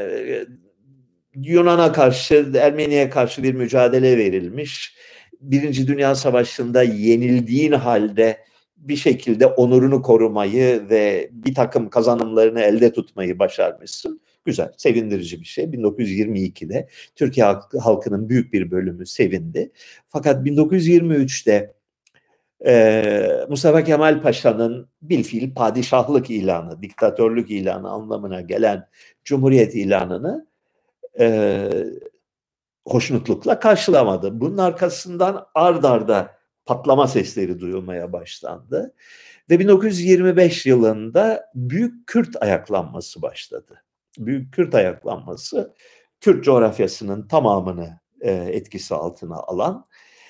S1: Yunan'a karşı, Ermeni'ye karşı bir mücadele verilmiş. Birinci Dünya Savaşı'nda yenildiğin halde bir şekilde onurunu korumayı ve bir takım kazanımlarını elde tutmayı başarmışsın. Güzel, sevindirici bir şey. 1922'de Türkiye halkının büyük bir bölümü sevindi. Fakat 1923'te Mustafa Kemal Paşa'nın bilfiil padişahlık ilanı, diktatörlük ilanı anlamına gelen Cumhuriyet ilanını hoşnutlukla karşılamadı. Bunun arkasından ard arda patlama sesleri duyulmaya başlandı. Ve 1925 yılında Büyük Kürt ayaklanması başladı. Büyük Kürt ayaklanması, Kürt coğrafyasının tamamını etkisi altına alan,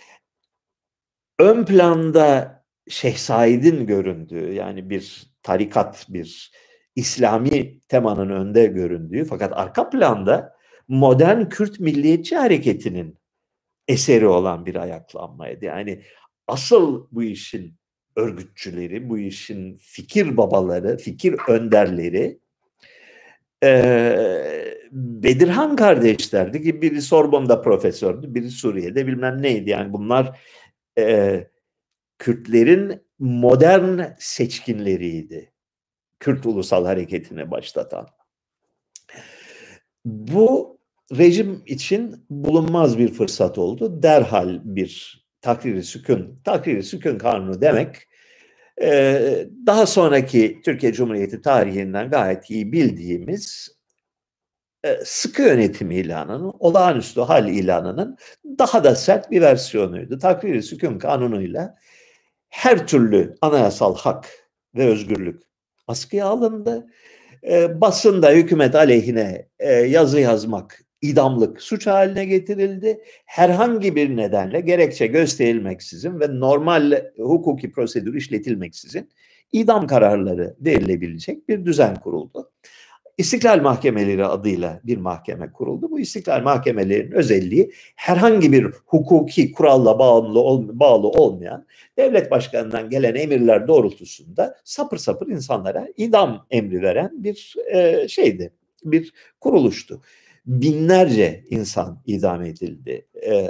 S1: ön planda Şeyh Said'in göründüğü, yani bir tarikat, bir İslami temanın önde göründüğü, fakat arka planda modern Kürt milliyetçi hareketinin eseri olan bir ayaklanmaydı. Yani asıl bu işin örgütçüleri, bu işin fikir babaları, fikir önderleri Bedirhan kardeşlerdi ki biri Sorbon'da profesördü, biri Suriye'de bilmem neydi. Yani bunlar Kürtlerin modern seçkinleriydi. Kürt Ulusal Hareketi'ni başlatan. Bu rejim için bulunmaz bir fırsat oldu. Derhal bir takrir-i sükun kanunu demek, daha sonraki Türkiye Cumhuriyeti tarihinden gayet iyi bildiğimiz sıkı yönetim ilanının, olağanüstü hal ilanının daha da sert bir versiyonuydu. Takrir-i sükun kanunuyla her türlü anayasal hak ve özgürlük askıya alındı. Basında hükümet aleyhine yazı yazmak idamlık suç haline getirildi. Herhangi bir nedenle gerekçe gösterilmeksizin ve normal hukuki prosedür işletilmeksizin idam kararları verilebilecek bir düzen kuruldu. İstiklal Mahkemeleri adıyla bir mahkeme kuruldu. Bu istiklal mahkemelerinin özelliği herhangi bir hukuki kuralla bağlı olmayan, devlet başkanından gelen emirler doğrultusunda sapır sapır insanlara idam emri veren bir bir kuruluştu. Binlerce insan idam edildi.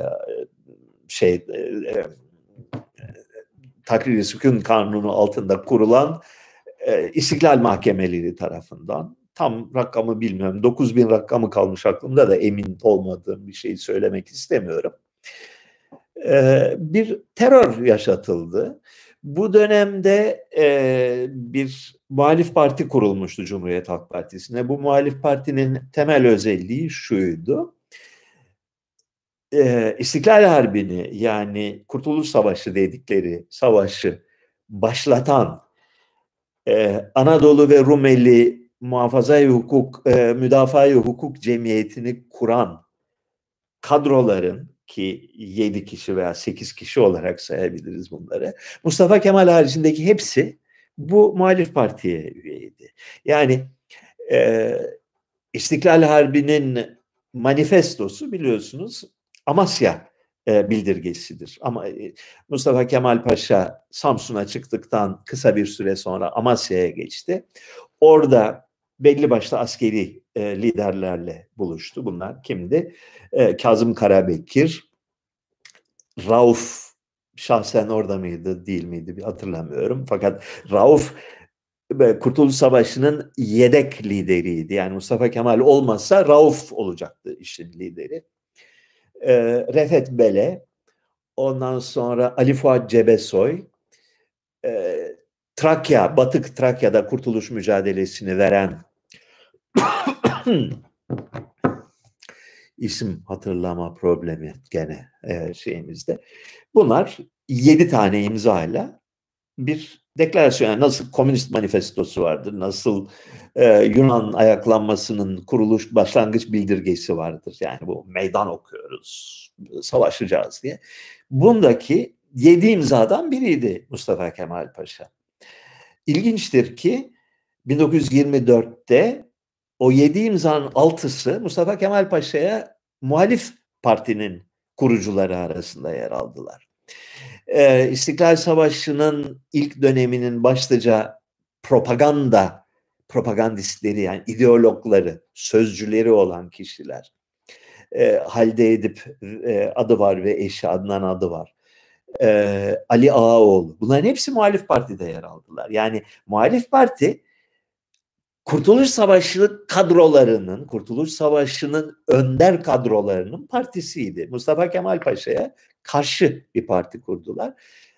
S1: Takrir-i Sükun Kanunu altında kurulan İstiklal Mahkemeleri tarafından. Tam rakamı bilmiyorum. 9.000 rakamı kalmış aklımda da emin olmadığım bir şeyi söylemek istemiyorum. Bir terör yaşatıldı. Bu dönemde bir muhalif parti kurulmuştu Cumhuriyet Halk Partisi'ne. Bu muhalif partinin temel özelliği şuydu. İstiklal Harbi'ni, yani Kurtuluş Savaşı dedikleri savaşı başlatan Anadolu ve Rumeli Müdafaa-i Hukuk Cemiyeti'ni kuran kadroların, ki 7 kişi veya 8 kişi olarak sayabiliriz bunları, Mustafa Kemal haricindeki hepsi bu muhalif partiye üyeydi. Yani İstiklal Harbi'nin manifestosu biliyorsunuz Amasya bildirgesidir. Ama Mustafa Kemal Paşa Samsun'a çıktıktan kısa bir süre sonra Amasya'ya geçti. Orada belli başlı askeri liderlerle buluştu. Bunlar kimdi? Kazım Karabekir, Rauf şahsen orada mıydı, değil miydi hatırlamıyorum. Fakat Rauf Kurtuluş Savaşı'nın yedek lideriydi. Yani Mustafa Kemal olmazsa Rauf olacaktı işin lideri. Refet Bele, ondan sonra Ali Fuat Cebesoy, Trakya, Batı Trakya'da kurtuluş mücadelesini veren isim hatırlama problemi gene şeyimizde. Bunlar 7 tane imzayla bir deklarasyon, yani nasıl Komünist Manifestosu vardır, nasıl Yunan ayaklanmasının kuruluş başlangıç bildirgesi vardır. Yani bu meydan okuyoruz, savaşacağız diye. Bundaki 7 imzadan biriydi Mustafa Kemal Paşa. İlginçtir ki 1924'te o 7 imzanın 6'sı Mustafa Kemal Paşa'ya muhalif partinin kurucuları arasında yer aldılar. İstiklal Savaşı'nın ilk döneminin başlıca propagandistleri, yani ideologları, sözcüleri olan kişiler. Halide Edip adı var ve eşi Adnan adı var. Ali Ağaoğlu. Bunların hepsi muhalif partide yer aldılar. Yani muhalif parti Kurtuluş Savaşı kadrolarının, Kurtuluş Savaşı'nın önder kadrolarının partisiydi. Mustafa Kemal Paşa'ya karşı bir parti kurdular.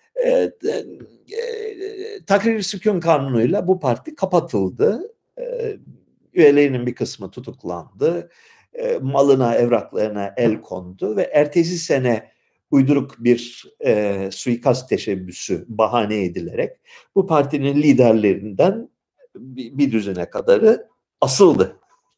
S1: Takrir-i Sükun Kanunu'yla bu parti kapatıldı. Üyelerinin bir kısmı tutuklandı. Malına, evraklarına el kondu ve ertesi sene uyduruk bir suikast teşebbüsü bahane edilerek bu partinin liderlerinden bir düzine kadarı asıldı.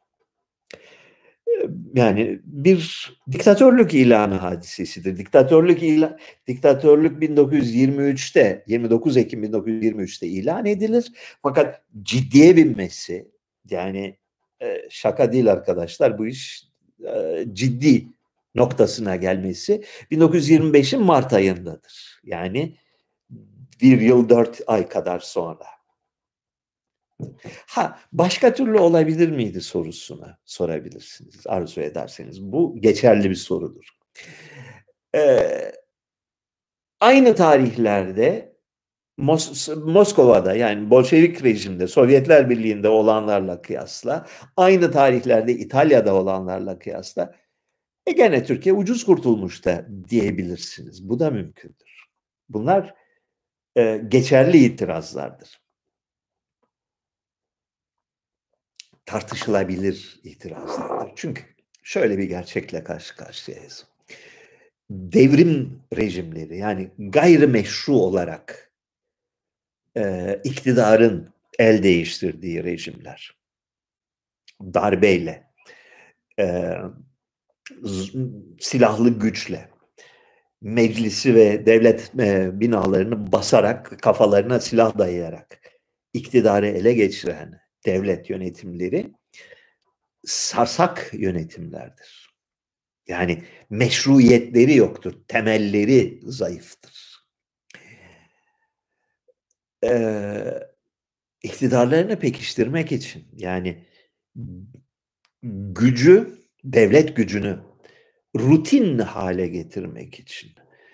S1: Yani bir diktatörlük ilanı hadisesidir. Diktatörlük 1923'te, 29 Ekim 1923'te ilan edilir. Fakat ciddiye binmesi, yani şaka değil arkadaşlar, bu iş ciddi noktasına gelmesi 1925'in Mart ayındadır. Yani 1 yıl 4 ay kadar sonra. Başka türlü olabilir miydi sorusuna sorabilirsiniz, arzu ederseniz. Bu geçerli bir sorudur. Aynı tarihlerde Moskova'da, yani Bolşevik rejimde, Sovyetler Birliği'nde olanlarla kıyasla, aynı tarihlerde İtalya'da olanlarla kıyasla gene Türkiye ucuz kurtulmuş da diyebilirsiniz. Bu da mümkündür. Bunlar geçerli itirazlardır. Tartışılabilir itirazlardır. Çünkü şöyle bir gerçekle karşı karşıyayız. Devrim rejimleri, yani gayrimeşru olarak iktidarın el değiştirdiği rejimler, darbeyle, silahlı güçle, meclisi ve devlet binalarını basarak, kafalarına silah dayayarak iktidarı ele geçiren devlet yönetimleri sarsak yönetimlerdir. Yani meşruiyetleri yoktur, temelleri zayıftır. İktidarlarını pekiştirmek için, yani gücü, devlet gücünü rutin hale getirmek için,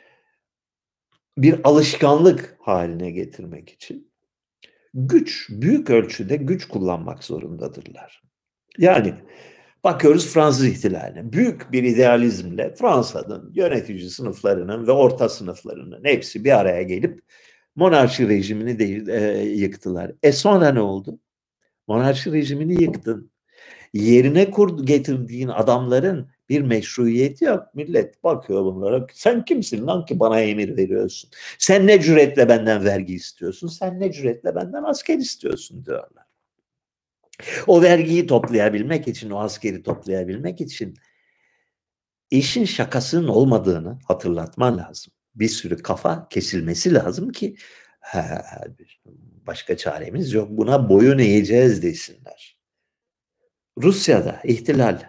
S1: bir alışkanlık haline getirmek için büyük ölçüde güç kullanmak zorundadırlar. Yani bakıyoruz Fransız ihtilaline. Büyük bir idealizmle Fransa'nın yönetici sınıflarının ve orta sınıflarının hepsi bir araya gelip monarşi rejimini yıktılar. Sonra ne oldu? Monarşi rejimini yıktın. Yerine getirdiğin adamların bir meşruiyeti yok. Millet bakıyor bunlara. Sen kimsin lan ki bana emir veriyorsun? Sen ne cüretle benden vergi istiyorsun? Sen ne cüretle benden asker istiyorsun diyorlar. O vergiyi toplayabilmek için, o askeri toplayabilmek için işin şakasının olmadığını hatırlatman lazım. Bir sürü kafa kesilmesi lazım ki başka çaremiz yok, buna boyun eğeceğiz desinler. Rusya'da ihtilal,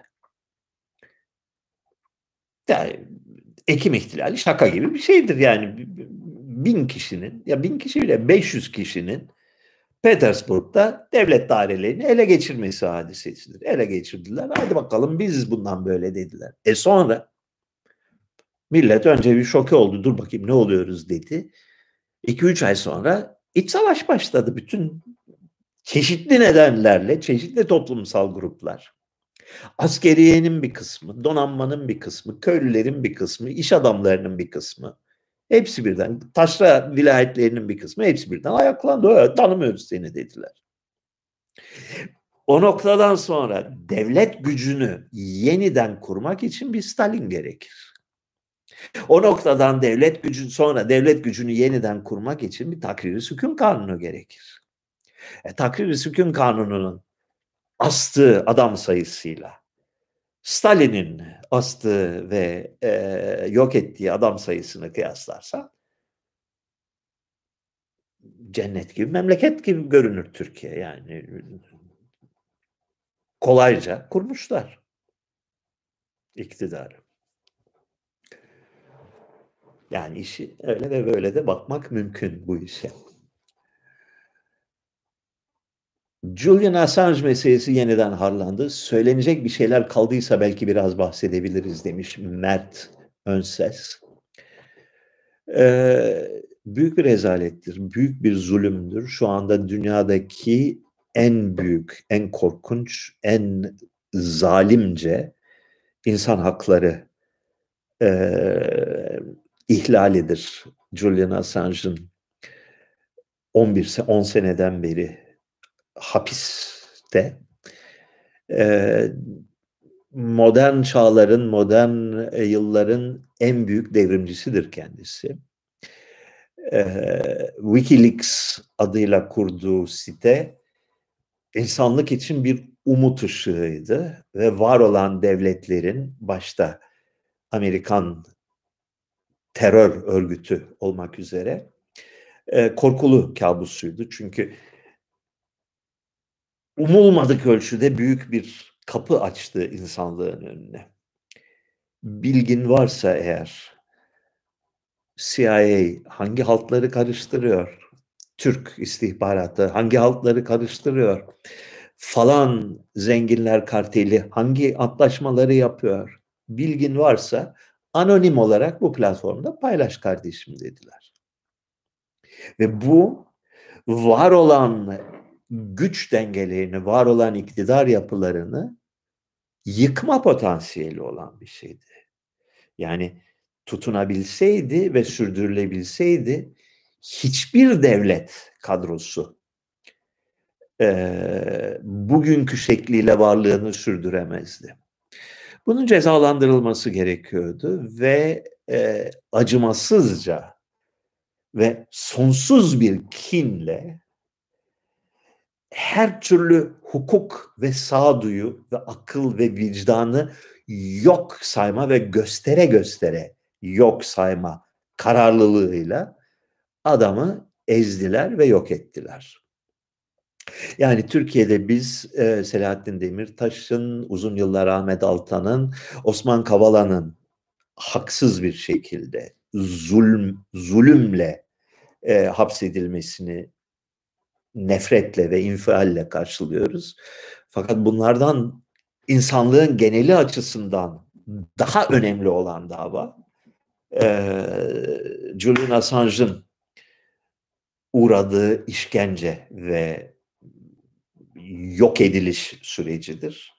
S1: yani Ekim ihtilali şaka gibi bir şeydir. Yani 1000 kişinin, ya 1000 kişi bile 500 kişinin Petersburg'da devlet dairelerini ele geçirmesi hadisesidir. Ele geçirdiler. Hadi bakalım biz bundan böyle dediler. Sonra millet önce bir şoke oldu. Dur bakayım ne oluyoruz dedi. 2-3 ay sonra iç savaş başladı. Bütün çeşitli nedenlerle çeşitli toplumsal gruplar. Askeriyenin bir kısmı, donanmanın bir kısmı, köylülerin bir kısmı, iş adamlarının bir kısmı. Hepsi birden, taşra vilayetlerinin bir kısmı hepsi birden ayaklandı. Tanımıyoruz seni dediler. O noktadan sonra devlet gücünü yeniden kurmak için bir Stalin gerekir. O noktadan devlet gücünü yeniden kurmak için bir takrir-i sükun kanunu gerekir. Takrir-i sükun kanununun astığı adam sayısıyla Stalin'in astığı ve yok ettiği adam sayısını kıyaslarsa cennet gibi, memleket gibi görünür Türkiye. Yani kolayca kurmuşlar iktidarı. Yani işi öyle ve böyle de bakmak mümkün bu işe. Julian Assange meselesi yeniden harlandı. Söylenecek bir şeyler kaldıysa belki biraz bahsedebiliriz demiş Mert Önses. Büyük bir rezalettir, büyük bir zulümdür. Şu anda dünyadaki en büyük, en korkunç, en zalimce insan hakları ihlalidir. Julian Assange'ın 10 seneden beri hapiste. Modern çağların, modern yılların en büyük devrimcisidir kendisi. WikiLeaks adıyla kurduğu site insanlık için bir umut ışığıydı ve var olan devletlerin, başta Amerikan terör örgütü olmak üzere korkulu kabusuydu. Çünkü umulmadık ölçüde büyük bir kapı açtı insanlığın önüne. Bilgin varsa eğer, CIA hangi halkları karıştırıyor? Türk istihbaratı hangi halkları karıştırıyor? Falan zenginler karteli hangi antlaşmaları yapıyor? Bilgin varsa anonim olarak bu platformda paylaş kardeşim dediler. Ve bu var olan güç dengelerini, var olan iktidar yapılarını yıkma potansiyeli olan bir şeydi. Yani tutunabilseydi ve sürdürülebilseydi hiçbir devlet kadrosu bugünkü şekliyle varlığını sürdüremezdi. Bunun cezalandırılması gerekiyordu ve acımasızca ve sonsuz bir kinle her türlü hukuk ve sağduyu ve akıl ve vicdanı yok sayma ve göstere göstere yok sayma kararlılığıyla adamı ezdiler ve yok ettiler. Yani Türkiye'de biz Selahattin Demirtaş'ın, uzun yıllar Ahmet Altan'ın, Osman Kavala'nın haksız bir şekilde zulümle hapsedilmesini nefretle ve infialle karşılıyoruz. Fakat bunlardan insanlığın geneli açısından daha önemli olan dava Julian Assange'ın uğradığı işkence ve yok ediliş sürecidir.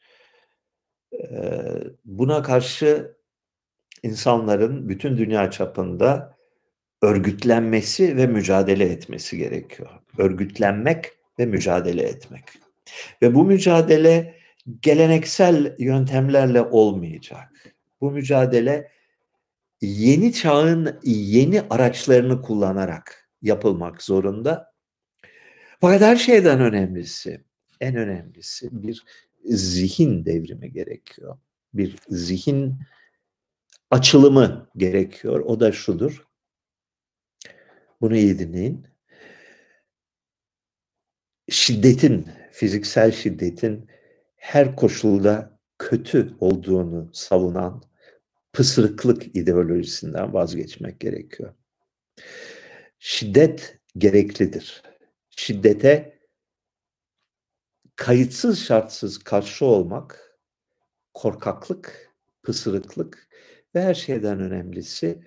S1: Buna karşı insanların bütün dünya çapında örgütlenmesi ve mücadele etmesi gerekiyor. Örgütlenmek ve mücadele etmek. Ve bu mücadele geleneksel yöntemlerle olmayacak. Bu mücadele yeni çağın yeni araçlarını kullanarak yapılmak zorunda. Fakat her şeyden önemlisi, en önemlisi bir zihin devrimi gerekiyor. Bir zihin açılımı gerekiyor. O da şudur. Bunu iyi dinleyin. Şiddetin, fiziksel şiddetin her koşulda kötü olduğunu savunan pısırıklık ideolojisinden vazgeçmek gerekiyor. Şiddet gereklidir. Şiddete kayıtsız şartsız karşı olmak, korkaklık, pısırıklık ve her şeyden önemlisi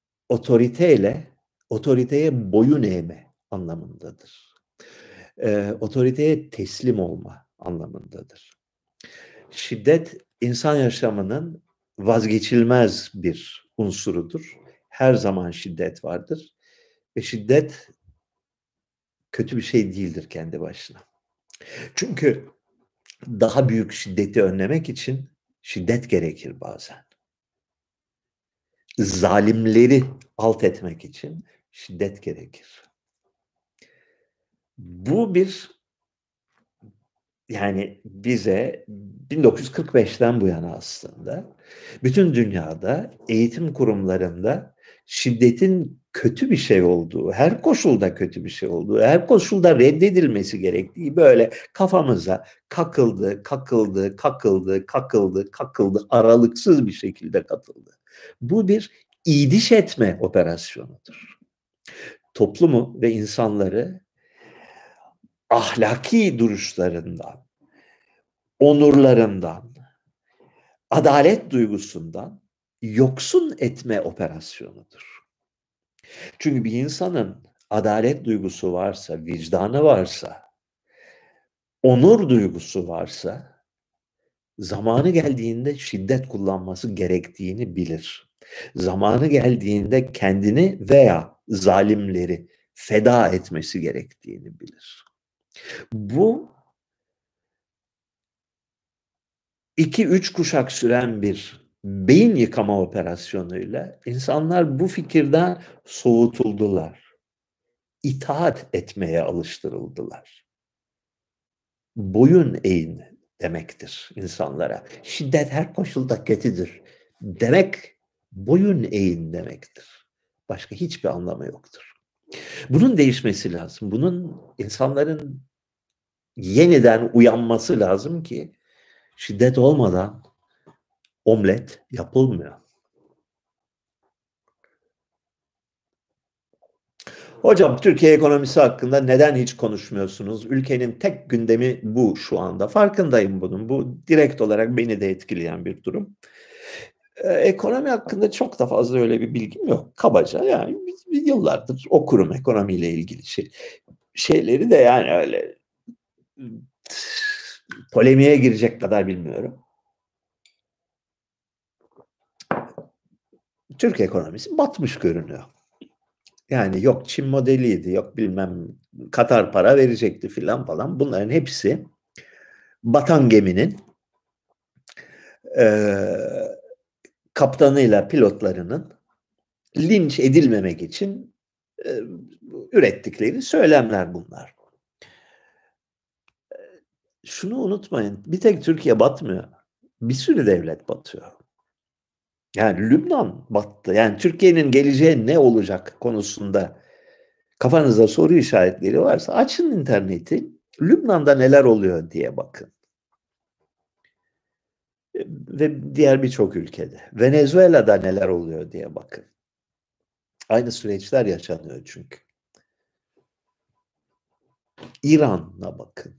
S1: otoriteye boyun eğme anlamındadır. Otoriteye teslim olma anlamındadır. Şiddet insan yaşamının vazgeçilmez bir unsurudur. Her zaman şiddet vardır ve şiddet kötü bir şey değildir kendi başına. Çünkü daha büyük şiddeti önlemek için şiddet gerekir bazen. Zalimleri alt etmek için şiddet gerekir. Bu yani bize 1945'ten bu yana aslında bütün dünyada eğitim kurumlarında şiddetin kötü bir şey olduğu, her koşulda kötü bir şey olduğu, her koşulda reddedilmesi gerektiği böyle kafamıza kakıldı, aralıksız bir şekilde katıldı. Bu bir iyiliş etme operasyonudur. Toplumu ve insanları ahlaki duruşlarından, onurlarından, adalet duygusundan yoksun etme operasyonudur. Çünkü bir insanın adalet duygusu varsa, vicdanı varsa, onur duygusu varsa, zamanı geldiğinde şiddet kullanması gerektiğini bilir. Zamanı geldiğinde kendini veya zalimleri feda etmesi gerektiğini bilir. Bu 2-3 kuşak süren bir beyin yıkama operasyonuyla insanlar bu fikirden soğutuldular. İtaat etmeye alıştırıldılar. Boyun eğin demektir insanlara. Şiddet her koşulda kötüdür demek, boyun eğin demektir. Başka hiçbir anlamı yoktur. Bunun değişmesi lazım. Bunun insanların yeniden uyanması lazım ki şiddet olmadan omlet yapılmıyor. Hocam Türkiye ekonomisi hakkında neden hiç konuşmuyorsunuz? Ülkenin tek gündemi bu şu anda. Farkındayım bunun. Bu direkt olarak beni de etkileyen bir durum. Ekonomi hakkında çok da fazla öyle bir bilgim yok. Kabaca yani biz yıllardır okurum ekonomiyle ilgili şeyleri de yani öyle polemiğe girecek kadar bilmiyorum. Türk ekonomisi batmış görünüyor. Yani yok Çin modeliydi, yok bilmem Katar para verecekti filan falan. Bunların hepsi batan geminin kaptanıyla pilotlarının linç edilmemek için ürettikleri söylemler bunlar. Şunu unutmayın, bir tek Türkiye batmıyor. Bir sürü devlet batıyor. Yani Lübnan battı. Yani Türkiye'nin geleceği ne olacak konusunda kafanızda soru işaretleri varsa açın interneti. Lübnan'da neler oluyor diye bakın. Ve diğer birçok ülkede. Venezuela'da neler oluyor diye bakın. Aynı süreçler yaşanıyor çünkü. İran'a bakın.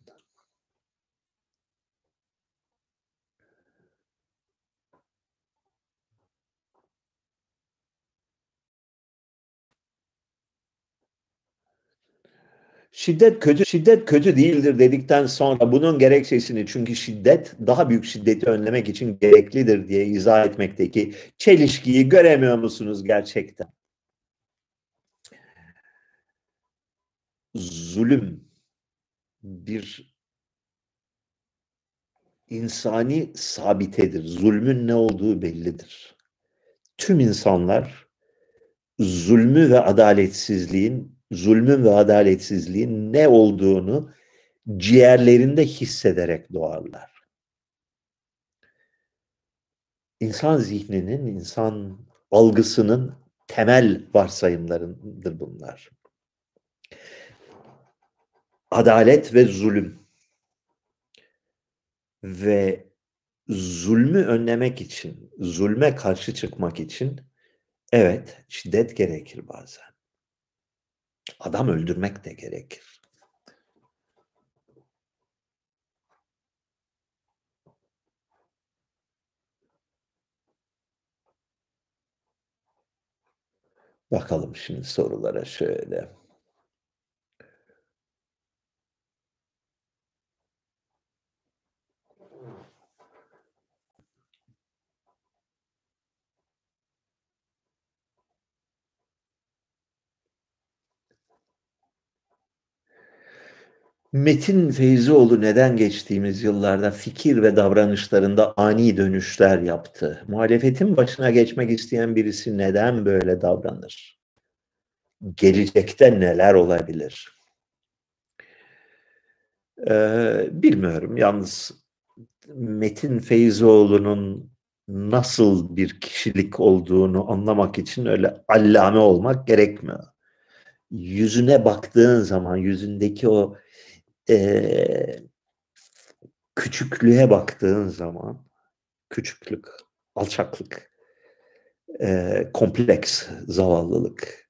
S1: Şiddet kötü değildir dedikten sonra bunun gerekçesini çünkü şiddet daha büyük şiddeti önlemek için gereklidir diye izah etmekteki çelişkiyi göremiyor musunuz gerçekten? Zulüm bir insani sabitedir. Zulmün ne olduğu bellidir. Tüm insanlar zulmün ve adaletsizliğin ne olduğunu ciğerlerinde hissederek doğarlar. İnsan zihninin, insan algısının temel varsayımlarıdır bunlar. Adalet ve zulüm ve zulmü önlemek için, zulme karşı çıkmak için evet şiddet gerekir bazen. Adam öldürmek de gerekir. Bakalım şimdi sorulara şöyle. Metin Feyzioğlu neden geçtiğimiz yıllarda fikir ve davranışlarında ani dönüşler yaptı? Muhalefetin başına geçmek isteyen birisi neden böyle davranır? Gelecekte neler olabilir? Bilmiyorum. Yalnız Metin Feyzioğlu'nun nasıl bir kişilik olduğunu anlamak için öyle allame olmak gerekmiyor. Yüzüne baktığın zaman, yüzündeki o e, küçüklüğe baktığın zaman, küçüklük, alçaklık, kompleks, zavallılık,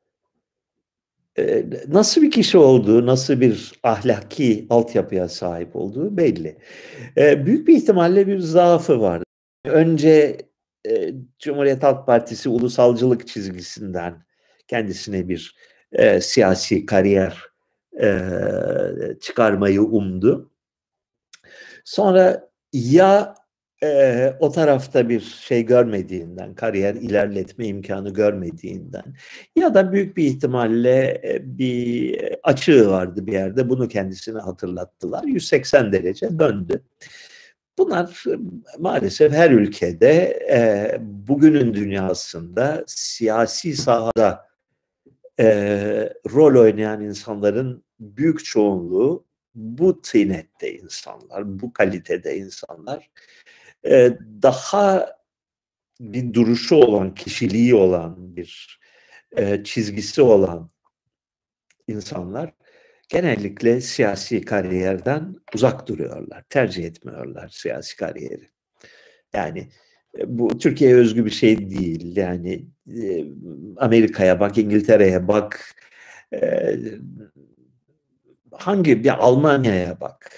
S1: nasıl bir kişi olduğu, nasıl bir ahlaki altyapıya sahip olduğu belli. Büyük bir ihtimalle bir zaafı var. Önce Cumhuriyet Halk Partisi ulusalcılık çizgisinden kendisine bir siyasi kariyer e, çıkarmayı umdu. Sonra ya o tarafta bir şey görmediğinden, kariyer ilerletme imkanı görmediğinden ya da büyük bir ihtimalle bir açığı vardı bir yerde. Bunu kendisine hatırlattılar. 180 derece döndü. Bunlar maalesef her ülkede bugünün dünyasında siyasi sahada rol oynayan insanların büyük çoğunluğu bu tinette insanlar, bu kalitede insanlar, daha bir duruşu olan, kişiliği olan, bir çizgisi olan insanlar genellikle siyasi kariyerden uzak duruyorlar, tercih etmiyorlar siyasi kariyeri. Yani bu Türkiye'ye özgü bir şey değil. Yani Amerika'ya bak, İngiltere'ye bak, e, hangi bir Almanya'ya bak.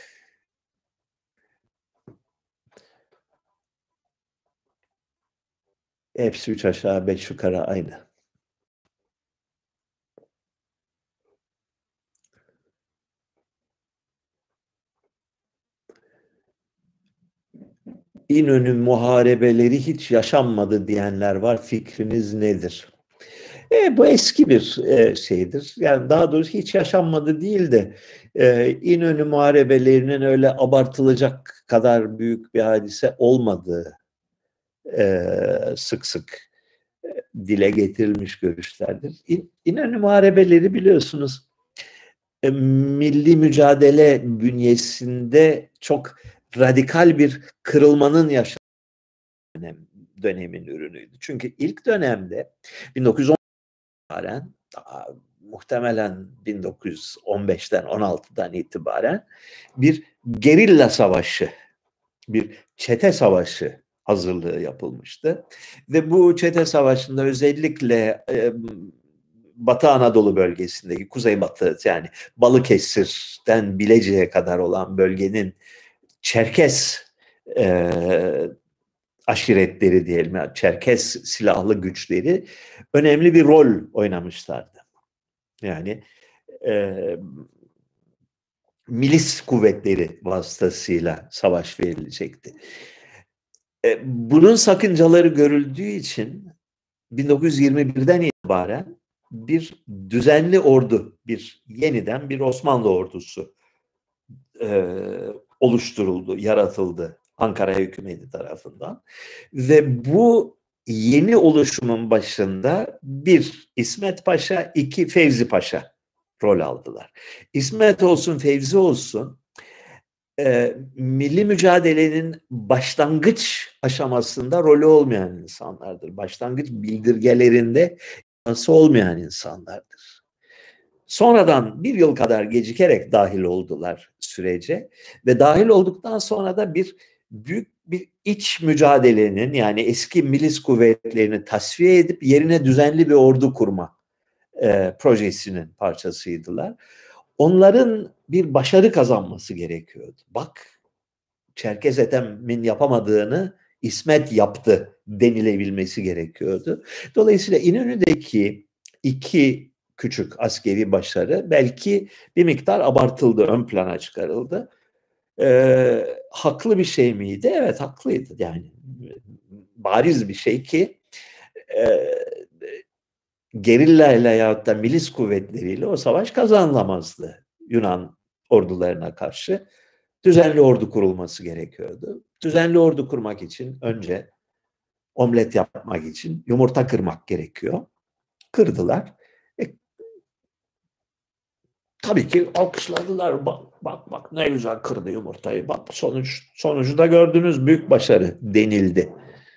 S1: Hepsi üç aşağı beş yukarı aynı. İnönü muharebeleri hiç yaşanmadı diyenler var. Fikriniz nedir? Bu eski bir şeydir. Yani daha doğrusu hiç yaşanmadı değil de İnönü muharebelerinin öyle abartılacak kadar büyük bir hadise olmadığı sık sık dile getirilmiş görüşlerdir. İnönü muharebeleri biliyorsunuz milli mücadele bünyesinde çok radikal bir kırılmanın yaşandığı dönemin ürünüydü. Çünkü ilk dönemde 1910 itibaren muhtemelen 1915'ten 16'dan itibaren bir gerilla savaşı, bir çete savaşı hazırlığı yapılmıştı. Ve bu çete savaşında özellikle Batı Anadolu bölgesindeki kuzeybatı yani Balıkesir'den Bilecik'e kadar olan bölgenin Çerkes aşiretleri diyelim, yani Çerkes silahlı güçleri önemli bir rol oynamışlardı. Yani milis kuvvetleri vasıtasıyla savaş verilecekti. Bunun sakıncaları görüldüğü için 1921'den itibaren bir düzenli ordu, yeniden bir Osmanlı ordusu oluşturuldu, yaratıldı Ankara hükümeti tarafından. Ve bu yeni oluşumun başında bir İsmet Paşa, iki Fevzi Paşa rol aldılar. İsmet olsun, Fevzi olsun milli mücadelenin başlangıç aşamasında rolü olmayan insanlardır. Başlangıç bildirgelerinde nasıl olmayan insanlardır. Sonradan bir yıl kadar gecikerek dahil oldular sürece ve dahil olduktan sonra da büyük bir iç mücadelenin yani eski milis kuvvetlerini tasfiye edip yerine düzenli bir ordu kurma projesinin parçasıydılar. Onların bir başarı kazanması gerekiyordu. Bak, Çerkez Ethem'in yapamadığını İsmet yaptı denilebilmesi gerekiyordu. Dolayısıyla İnönü'deki iki küçük askeri başarı belki bir miktar abartıldı, ön plana çıkarıldı. Haklı bir şey miydi? Evet, haklıydı. Yani bariz bir şey ki gerillayla yahut da milis kuvvetleriyle o savaş kazanılamazdı Yunan ordularına karşı. Düzenli ordu kurulması gerekiyordu. Düzenli ordu kurmak için önce omlet yapmak için yumurta kırmak gerekiyor. Kırdılar. Tabii ki alkışladılar. Bak bak bak ne güzel kırdı yumurtayı. Bak sonucu da gördünüz, büyük başarı denildi.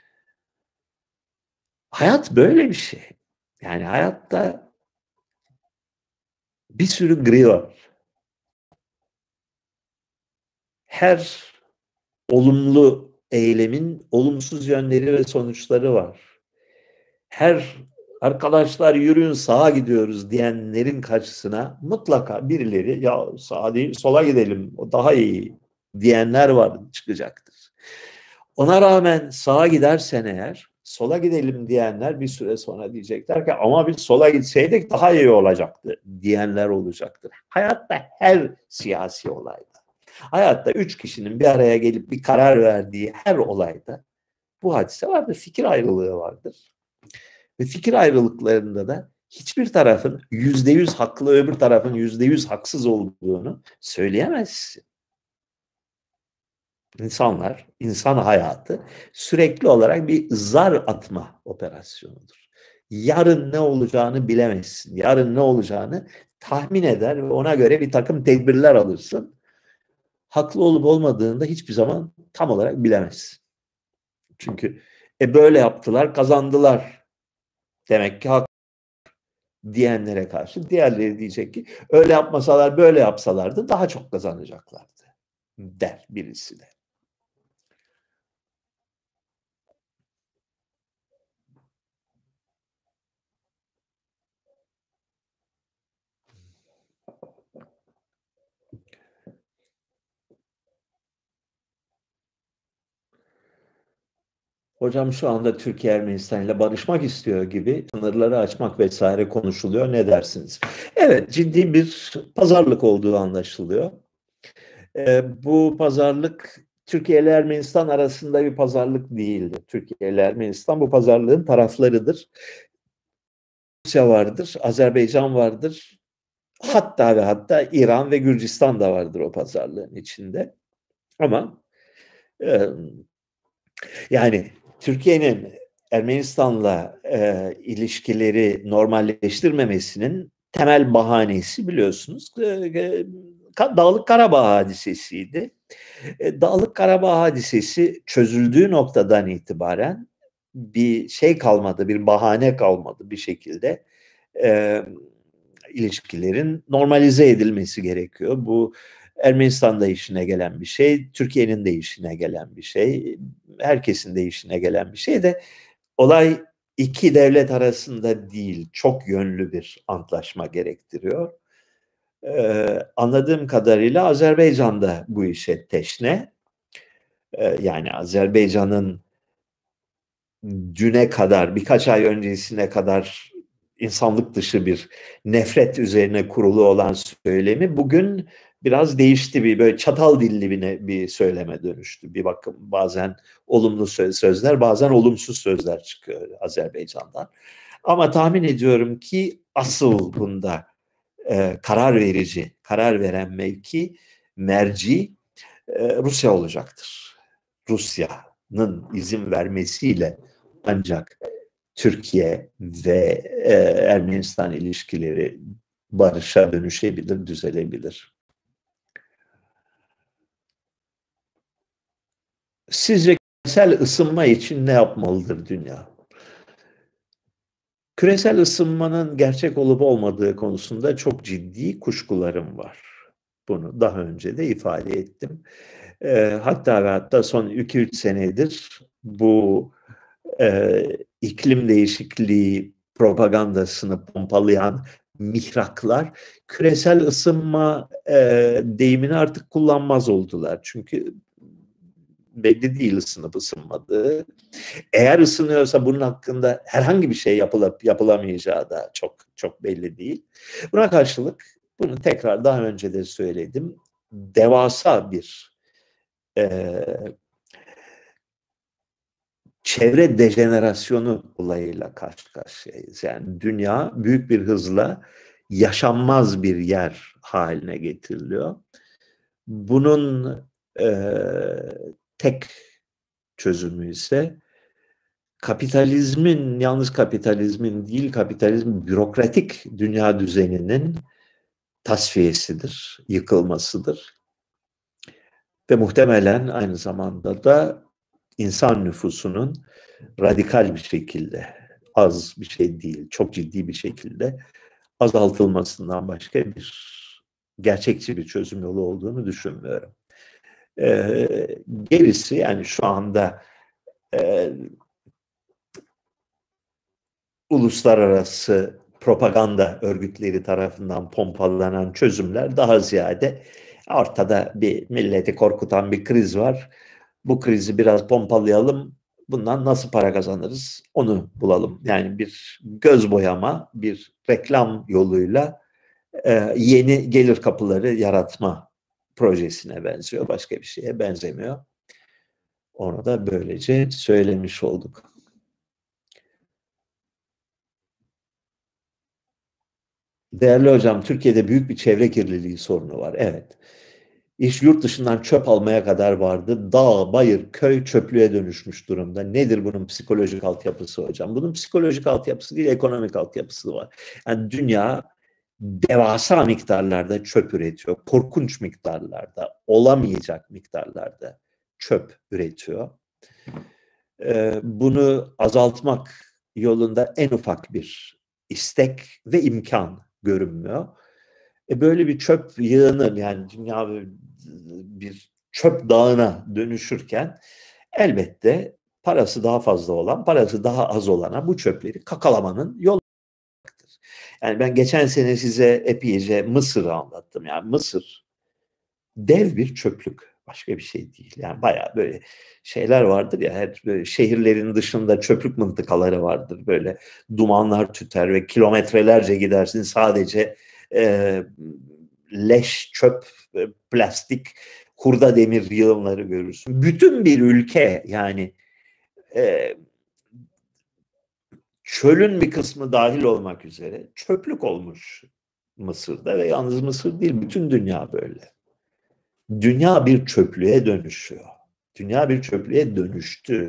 S1: Hayat böyle bir şey. Yani hayatta bir sürü gri var. Her olumlu eylemin olumsuz yönleri ve sonuçları var. Her arkadaşlar yürüyün sağa gidiyoruz diyenlerin karşısına mutlaka birileri ya sağa değil sola gidelim o daha iyi diyenler var çıkacaktır. Ona rağmen sağa gidersen eğer sola gidelim diyenler bir süre sonra diyecekler ki ama biz sola gitseydik daha iyi olacaktı diyenler olacaktır. Hayatta her siyasi olayda, hayatta üç kişinin bir araya gelip bir karar verdiği her olayda bu hadise vardır, fikir ayrılığı vardır. Ve fikir ayrılıklarında da hiçbir tarafın %100 haklı, öbür tarafın %100 haksız olduğunu söyleyemezsin. İnsanlar, insan hayatı sürekli olarak bir zar atma operasyonudur. Yarın ne olacağını bilemezsin. Yarın ne olacağını tahmin eder ve ona göre bir takım tedbirler alırsın. Haklı olup olmadığını da hiçbir zaman tam olarak bilemezsin. Çünkü böyle yaptılar, kazandılar. Demek ki haklı diyenlere karşı diğerleri diyecek ki öyle yapmasalar böyle yapsalardı daha çok kazanacaklardı der birisi de. Hocam şu anda Türkiye Ermenistan ile barışmak istiyor gibi sınırları açmak vesaire konuşuluyor. Ne dersiniz? Evet, ciddi bir pazarlık olduğu anlaşılıyor. Bu pazarlık Türkiye ile Ermenistan arasında bir pazarlık değildi. Türkiye ile Ermenistan bu pazarlığın taraflarıdır. Rusya vardır, Azerbaycan vardır. Hatta ve hatta İran ve Gürcistan da vardır o pazarlığın içinde. Ama yani Türkiye'nin Ermenistan'la ilişkileri normalleştirmemesinin temel bahanesi biliyorsunuz Dağlık Karabağ hadisesiydi. Dağlık Karabağ hadisesi çözüldüğü noktadan itibaren bir şey kalmadı, bir bahane kalmadı bir şekilde. İlişkilerin normalize edilmesi gerekiyor. Bu Ermenistan'da işine gelen bir şey, Türkiye'nin de işine gelen bir şey, herkesin de işine gelen bir şey de olay iki devlet arasında değil, çok yönlü bir antlaşma gerektiriyor. Anladığım kadarıyla Azerbaycan'da bu işe teşne. Yani Azerbaycan'ın düne kadar, birkaç ay öncesine kadar insanlık dışı bir nefret üzerine kurulu olan söylemi bugün biraz değişti, bir böyle çatal dilli bir söyleme dönüştü. Bir bakın bazen olumlu sözler, bazen olumsuz sözler çıkıyor Azerbaycan'dan. Ama tahmin ediyorum ki asıl bunda karar verici, karar veren merci Rusya olacaktır. Rusya'nın izin vermesiyle ancak Türkiye ve Ermenistan ilişkileri barışa dönüşebilir, düzelebilir. Sizce küresel ısınma için ne yapmalıdır dünya? Küresel ısınmanın gerçek olup olmadığı konusunda çok ciddi kuşkularım var. Bunu daha önce de ifade ettim. Hatta ve hatta son 2-3 senedir bu iklim değişikliği propagandasını pompalayan mihraklar küresel ısınma deyimini artık kullanmaz oldular. Çünkü belli değil ısınıp ısınmadığı. Eğer ısınıyorsa bunun hakkında herhangi bir şey yapılamayacağı da çok çok belli değil. Buna karşılık, bunu tekrar daha önce de söyledim, devasa bir çevre dejenerasyonu olayıyla karşı karşıyayız. Yani dünya büyük bir hızla yaşanmaz bir yer haline getiriliyor. Bunun tek çözümü ise kapitalizmin, yalnız kapitalizmin değil, kapitalizmin bürokratik dünya düzeninin tasfiyesidir, yıkılmasıdır. Ve muhtemelen aynı zamanda da insan nüfusunun radikal bir şekilde, az bir şey değil, çok ciddi bir şekilde azaltılmasından başka bir gerçekçi bir çözüm yolu olduğunu düşünmüyorum. Gerisi, yani şu anda uluslararası propaganda örgütleri tarafından pompalanan çözümler daha ziyade ortada bir milleti korkutan bir kriz var. Bu krizi biraz pompalayalım. Bundan nasıl para kazanırız? Onu bulalım. Yani bir göz boyama, bir reklam yoluyla yeni gelir kapıları yaratma projesine benziyor. Başka bir şeye benzemiyor. Onu da böylece söylemiş olduk. Değerli hocam, Türkiye'de büyük bir çevre kirliliği sorunu var. Evet. İş yurt dışından çöp almaya kadar vardı. Dağ, bayır, köy çöplüğe dönüşmüş durumda. Nedir bunun psikolojik altyapısı hocam? Bunun psikolojik altyapısı değil, ekonomik altyapısı var. Yani dünya devasa miktarlarda çöp üretiyor. Korkunç miktarlarda, olamayacak miktarlarda çöp üretiyor. Bunu azaltmak yolunda en ufak bir istek ve imkan görünmüyor. Böyle bir çöp yığını, yani dünya bir çöp dağına dönüşürken elbette parası daha fazla olan, parası daha az olana bu çöpleri kakalamanın yolu. Yani ben geçen sene size epeyce Mısır'ı anlattım. Yani Mısır dev bir çöplük. Başka bir şey değil. Yani bayağı böyle şeyler vardır ya, her böyle şehirlerin dışında çöplük mıntıkaları vardır. Böyle dumanlar tüter ve kilometrelerce gidersin, sadece leş, çöp, plastik, hurda demir yığınları görürsün. Bütün bir ülke, yani çölün bir kısmı dahil olmak üzere çöplük olmuş Mısır'da ve yalnız Mısır değil, bütün dünya böyle. Dünya bir çöplüğe dönüşüyor. Dünya bir çöplüğe dönüştü.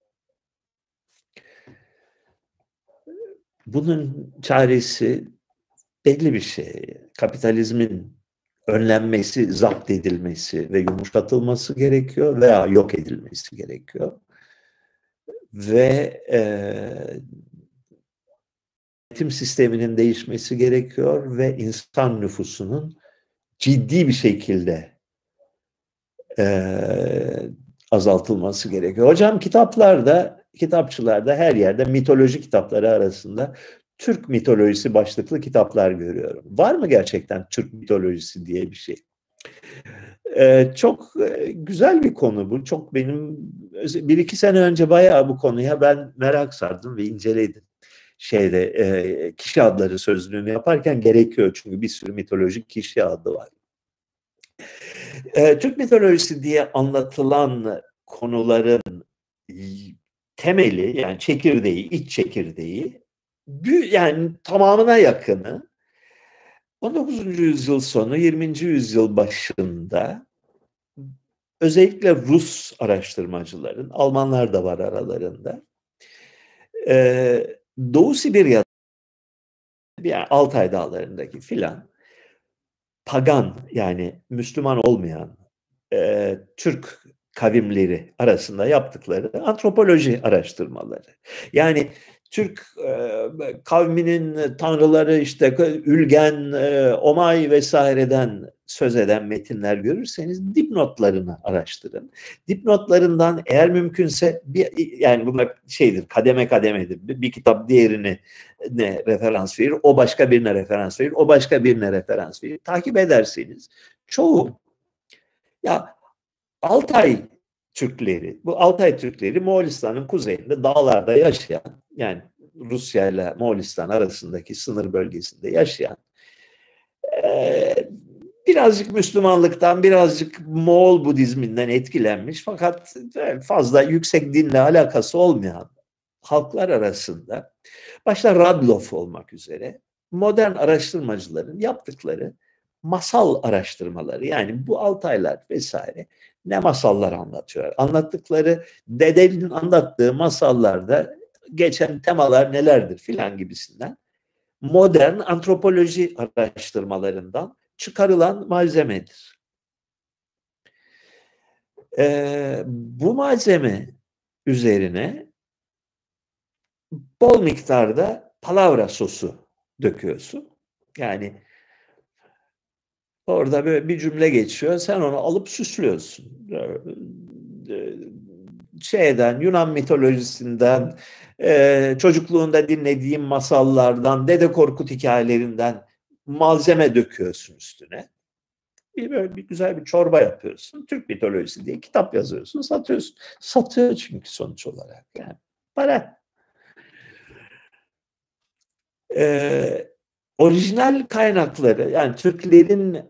S1: Bunun çaresi belli bir şey. Kapitalizmin önlenmesi, zapt edilmesi ve yumuşatılması gerekiyor veya yok edilmesi gerekiyor. Ve eğitim sisteminin değişmesi gerekiyor ve insan nüfusunun ciddi bir şekilde azaltılması gerekiyor. Hocam kitapçılarda her yerde mitoloji kitapları arasında Türk mitolojisi başlıklı kitaplar görüyorum. Var mı gerçekten Türk mitolojisi diye bir şey? Çok güzel bir konu bu. Çok benim bir iki sene önce bayağı bu konuya ben merak sardım ve inceledim. Kişi adları sözlüğünü yaparken gerekiyor, çünkü bir sürü mitolojik kişi adı var. Türk mitolojisi diye anlatılan konuların temeli, yani çekirdeği, iç çekirdeği, yani tamamına yakını 19. yüzyıl sonu, 20. yüzyıl başında özellikle Rus araştırmacıların, Almanlar da var aralarında, Doğu Sibirya, yani Altay dağlarındaki filan pagan, yani Müslüman olmayan Türk kavimleri arasında yaptıkları antropoloji araştırmaları. Yani Türk kavminin tanrıları, işte Ülgen, Omay vesaireden söz eden metinler görürseniz dipnotlarını araştırın. Dipnotlarından eğer mümkünse yani bunlar kademe kademedir. Bir kitap diğerine referans verir, o başka birine referans verir, o başka birine referans verir. Takip ederseniz çoğu, ya Altay Türkleri, bu Altay Türkleri Moğolistan'ın kuzeyinde dağlarda yaşayan, yani Rusya ile Moğolistan arasındaki sınır bölgesinde yaşayan, birazcık Müslümanlıktan, birazcık Moğol Budizminden etkilenmiş fakat fazla yüksek dinle alakası olmayan halklar arasında, başta Radloff olmak üzere, modern araştırmacıların yaptıkları masal araştırmaları, yani bu Altaylar vesaire ne masallar anlatıyor? Anlattıkları, dedenin anlattığı masallarda geçen temalar nelerdir filan gibisinden modern antropoloji araştırmalarından çıkarılan malzemedir. Bu malzeme üzerine bol miktarda palavra sosu döküyorsun. Yani orada böyle bir cümle geçiyor, sen onu alıp süslüyorsun. Yunan mitolojisinden, çocukluğunda dinlediğim masallardan, Dede Korkut hikayelerinden malzeme döküyorsun üstüne. Böyle bir güzel bir çorba yapıyorsun. Türk mitolojisi diye kitap yazıyorsun, satıyorsun. Satıyor çünkü sonuç olarak. Yani para. Orijinal kaynakları, yani Türklerin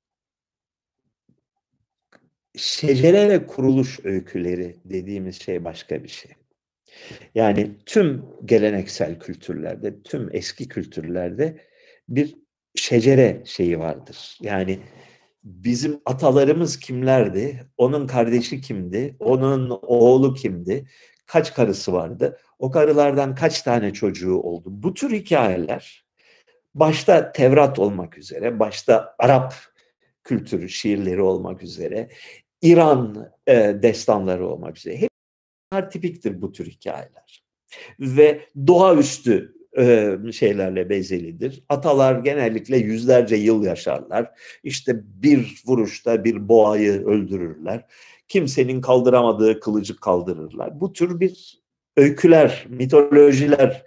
S1: şecere ve kuruluş öyküleri dediğimiz şey başka bir şey. Yani tüm geleneksel kültürlerde, tüm eski kültürlerde bir şecere şeyi vardır. Yani bizim atalarımız kimlerdi? Onun kardeşi kimdi? Onun oğlu kimdi? Kaç karısı vardı? O karılardan kaç tane çocuğu oldu? Bu tür hikayeler başta Tevrat olmak üzere, başta Arap kültürü, şiirleri olmak üzere, İran destanları olmak üzere. Hep tipiktir bu tür hikayeler. Ve doğaüstü şeylerle bezelidir. Atalar genellikle yüzlerce yıl yaşarlar. İşte bir vuruşta bir boğayı öldürürler. Kimsenin kaldıramadığı kılıcı kaldırırlar. Bu tür bir öyküler, mitolojiler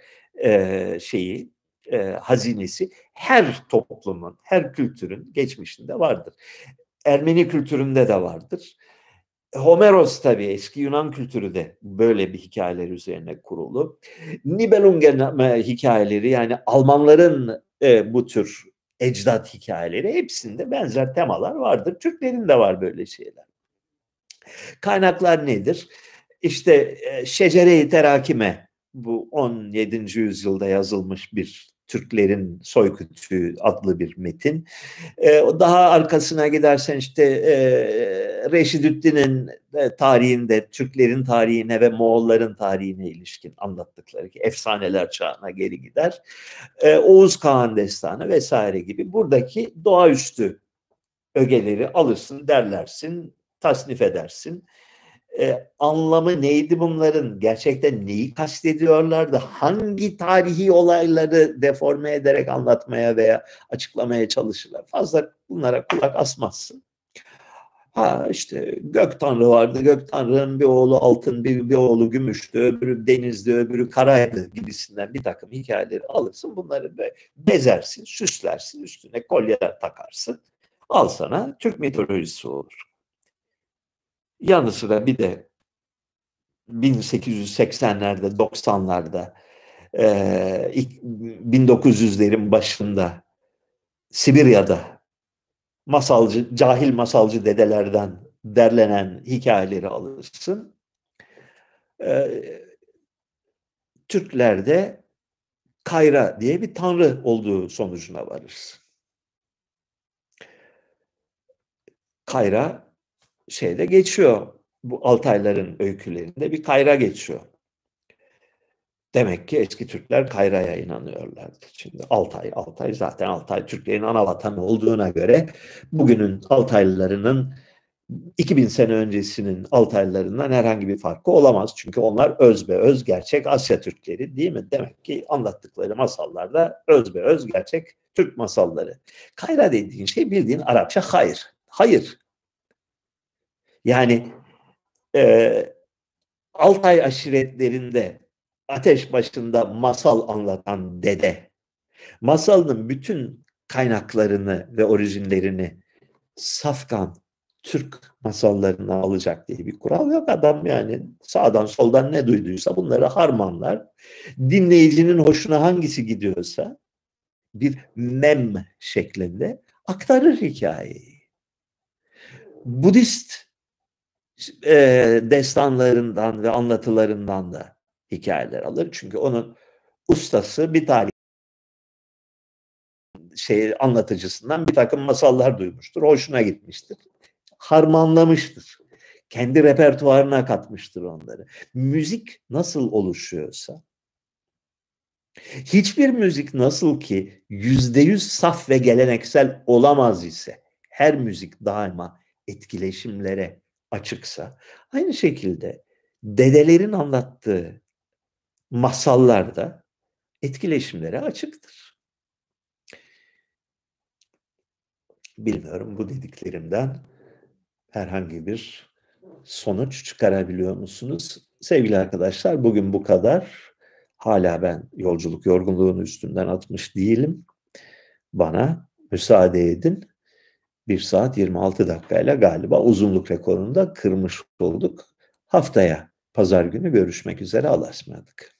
S1: hazinesi her toplumun, her kültürün geçmişinde vardır. Ermeni kültüründe de vardır. Homeros tabii eski Yunan kültürü de böyle bir hikayeler üzerine kurulu. Nibelungen hikayeleri, yani Almanların bu tür ecdat hikayeleri, hepsinde benzer temalar vardır. Türklerin de var böyle şeyler. Kaynaklar nedir? İşte Şecere-i Terakime, bu 17. yüzyılda yazılmış bir Türklerin Soykütü adlı bir metin. Daha arkasına gidersen işte Reşidüddin'in tarihinde, Türklerin tarihine ve Moğolların tarihine ilişkin anlattıkları ki efsaneler çağına geri gider. Oğuz Kağan Destanı vesaire gibi buradaki doğaüstü ögeleri alırsın, derlersin, tasnif edersin. Anlamı neydi bunların? Gerçekten neyi kastediyorlardı? Hangi tarihi olayları deforme ederek anlatmaya veya açıklamaya çalışırlar? Fazla bunlara kulak asmazsın. Ha işte gök tanrı vardı. Gök tanrının bir oğlu altın, bir oğlu gümüştü, öbürü denizdi, öbürü karaydı gibisinden bir takım hikayeleri alırsın. Bunları bezersin, süslersin, üstüne kolyeler takarsın. Al sana Türk mitolojisi olur. Yanı sıra bir de 1880'lerde, 90'larda, 1900'lerin başında Sibirya'da cahil masalcı dedelerden derlenen hikayeleri alırsın. Türklerde Kayra diye bir tanrı olduğu sonucuna varırsın. Kayra şeyde geçiyor. Bu Altayların öykülerinde bir Kayra geçiyor. Demek ki eski Türkler Kayra'ya inanıyorlardı. Şimdi Altay zaten Altay Türklerin ana vatanı olduğuna göre bugünün Altaylılarının 2000 sene öncesinin Altaylılarından herhangi bir farkı olamaz. Çünkü onlar özbeöz gerçek Asya Türkleri, değil mi? Demek ki anlattıkları masallarda özbeöz gerçek Türk masalları. Kayra dediğin şey bildiğin Arapça hayır. Hayır. Yani Altay aşiretlerinde ateş başında masal anlatan dede, masalının bütün kaynaklarını ve orijinlerini Safkan, Türk masallarını alacak diye bir kural yok. Adam yani sağdan soldan ne duyduysa bunları harmanlar. Dinleyicinin hoşuna hangisi gidiyorsa bir mem şeklinde aktarır hikayeyi. Budist destanlarından ve anlatılarından da hikayeler alır. Çünkü onun ustası bir tane anlatıcısından bir takım masallar duymuştur. Hoşuna gitmiştir. Harmanlamıştır. Kendi repertuarına katmıştır onları. Müzik nasıl oluşuyorsa, hiçbir müzik nasıl ki %100 saf ve geleneksel olamaz ise, her müzik daima etkileşimlere açıksa, aynı şekilde dedelerin anlattığı masallar da etkileşimlere açıktır. Bilmiyorum, bu dediklerimden herhangi bir sonuç çıkarabiliyor musunuz? Sevgili arkadaşlar, bugün bu kadar. Hala ben yolculuk yorgunluğunu üstümden atmış değilim. Bana müsaade edin. 1 saat 26 dakikayla galiba uzunluk rekorunu da kırmış olduk. Haftaya pazar günü görüşmek üzere. Allah'a ısmarladık.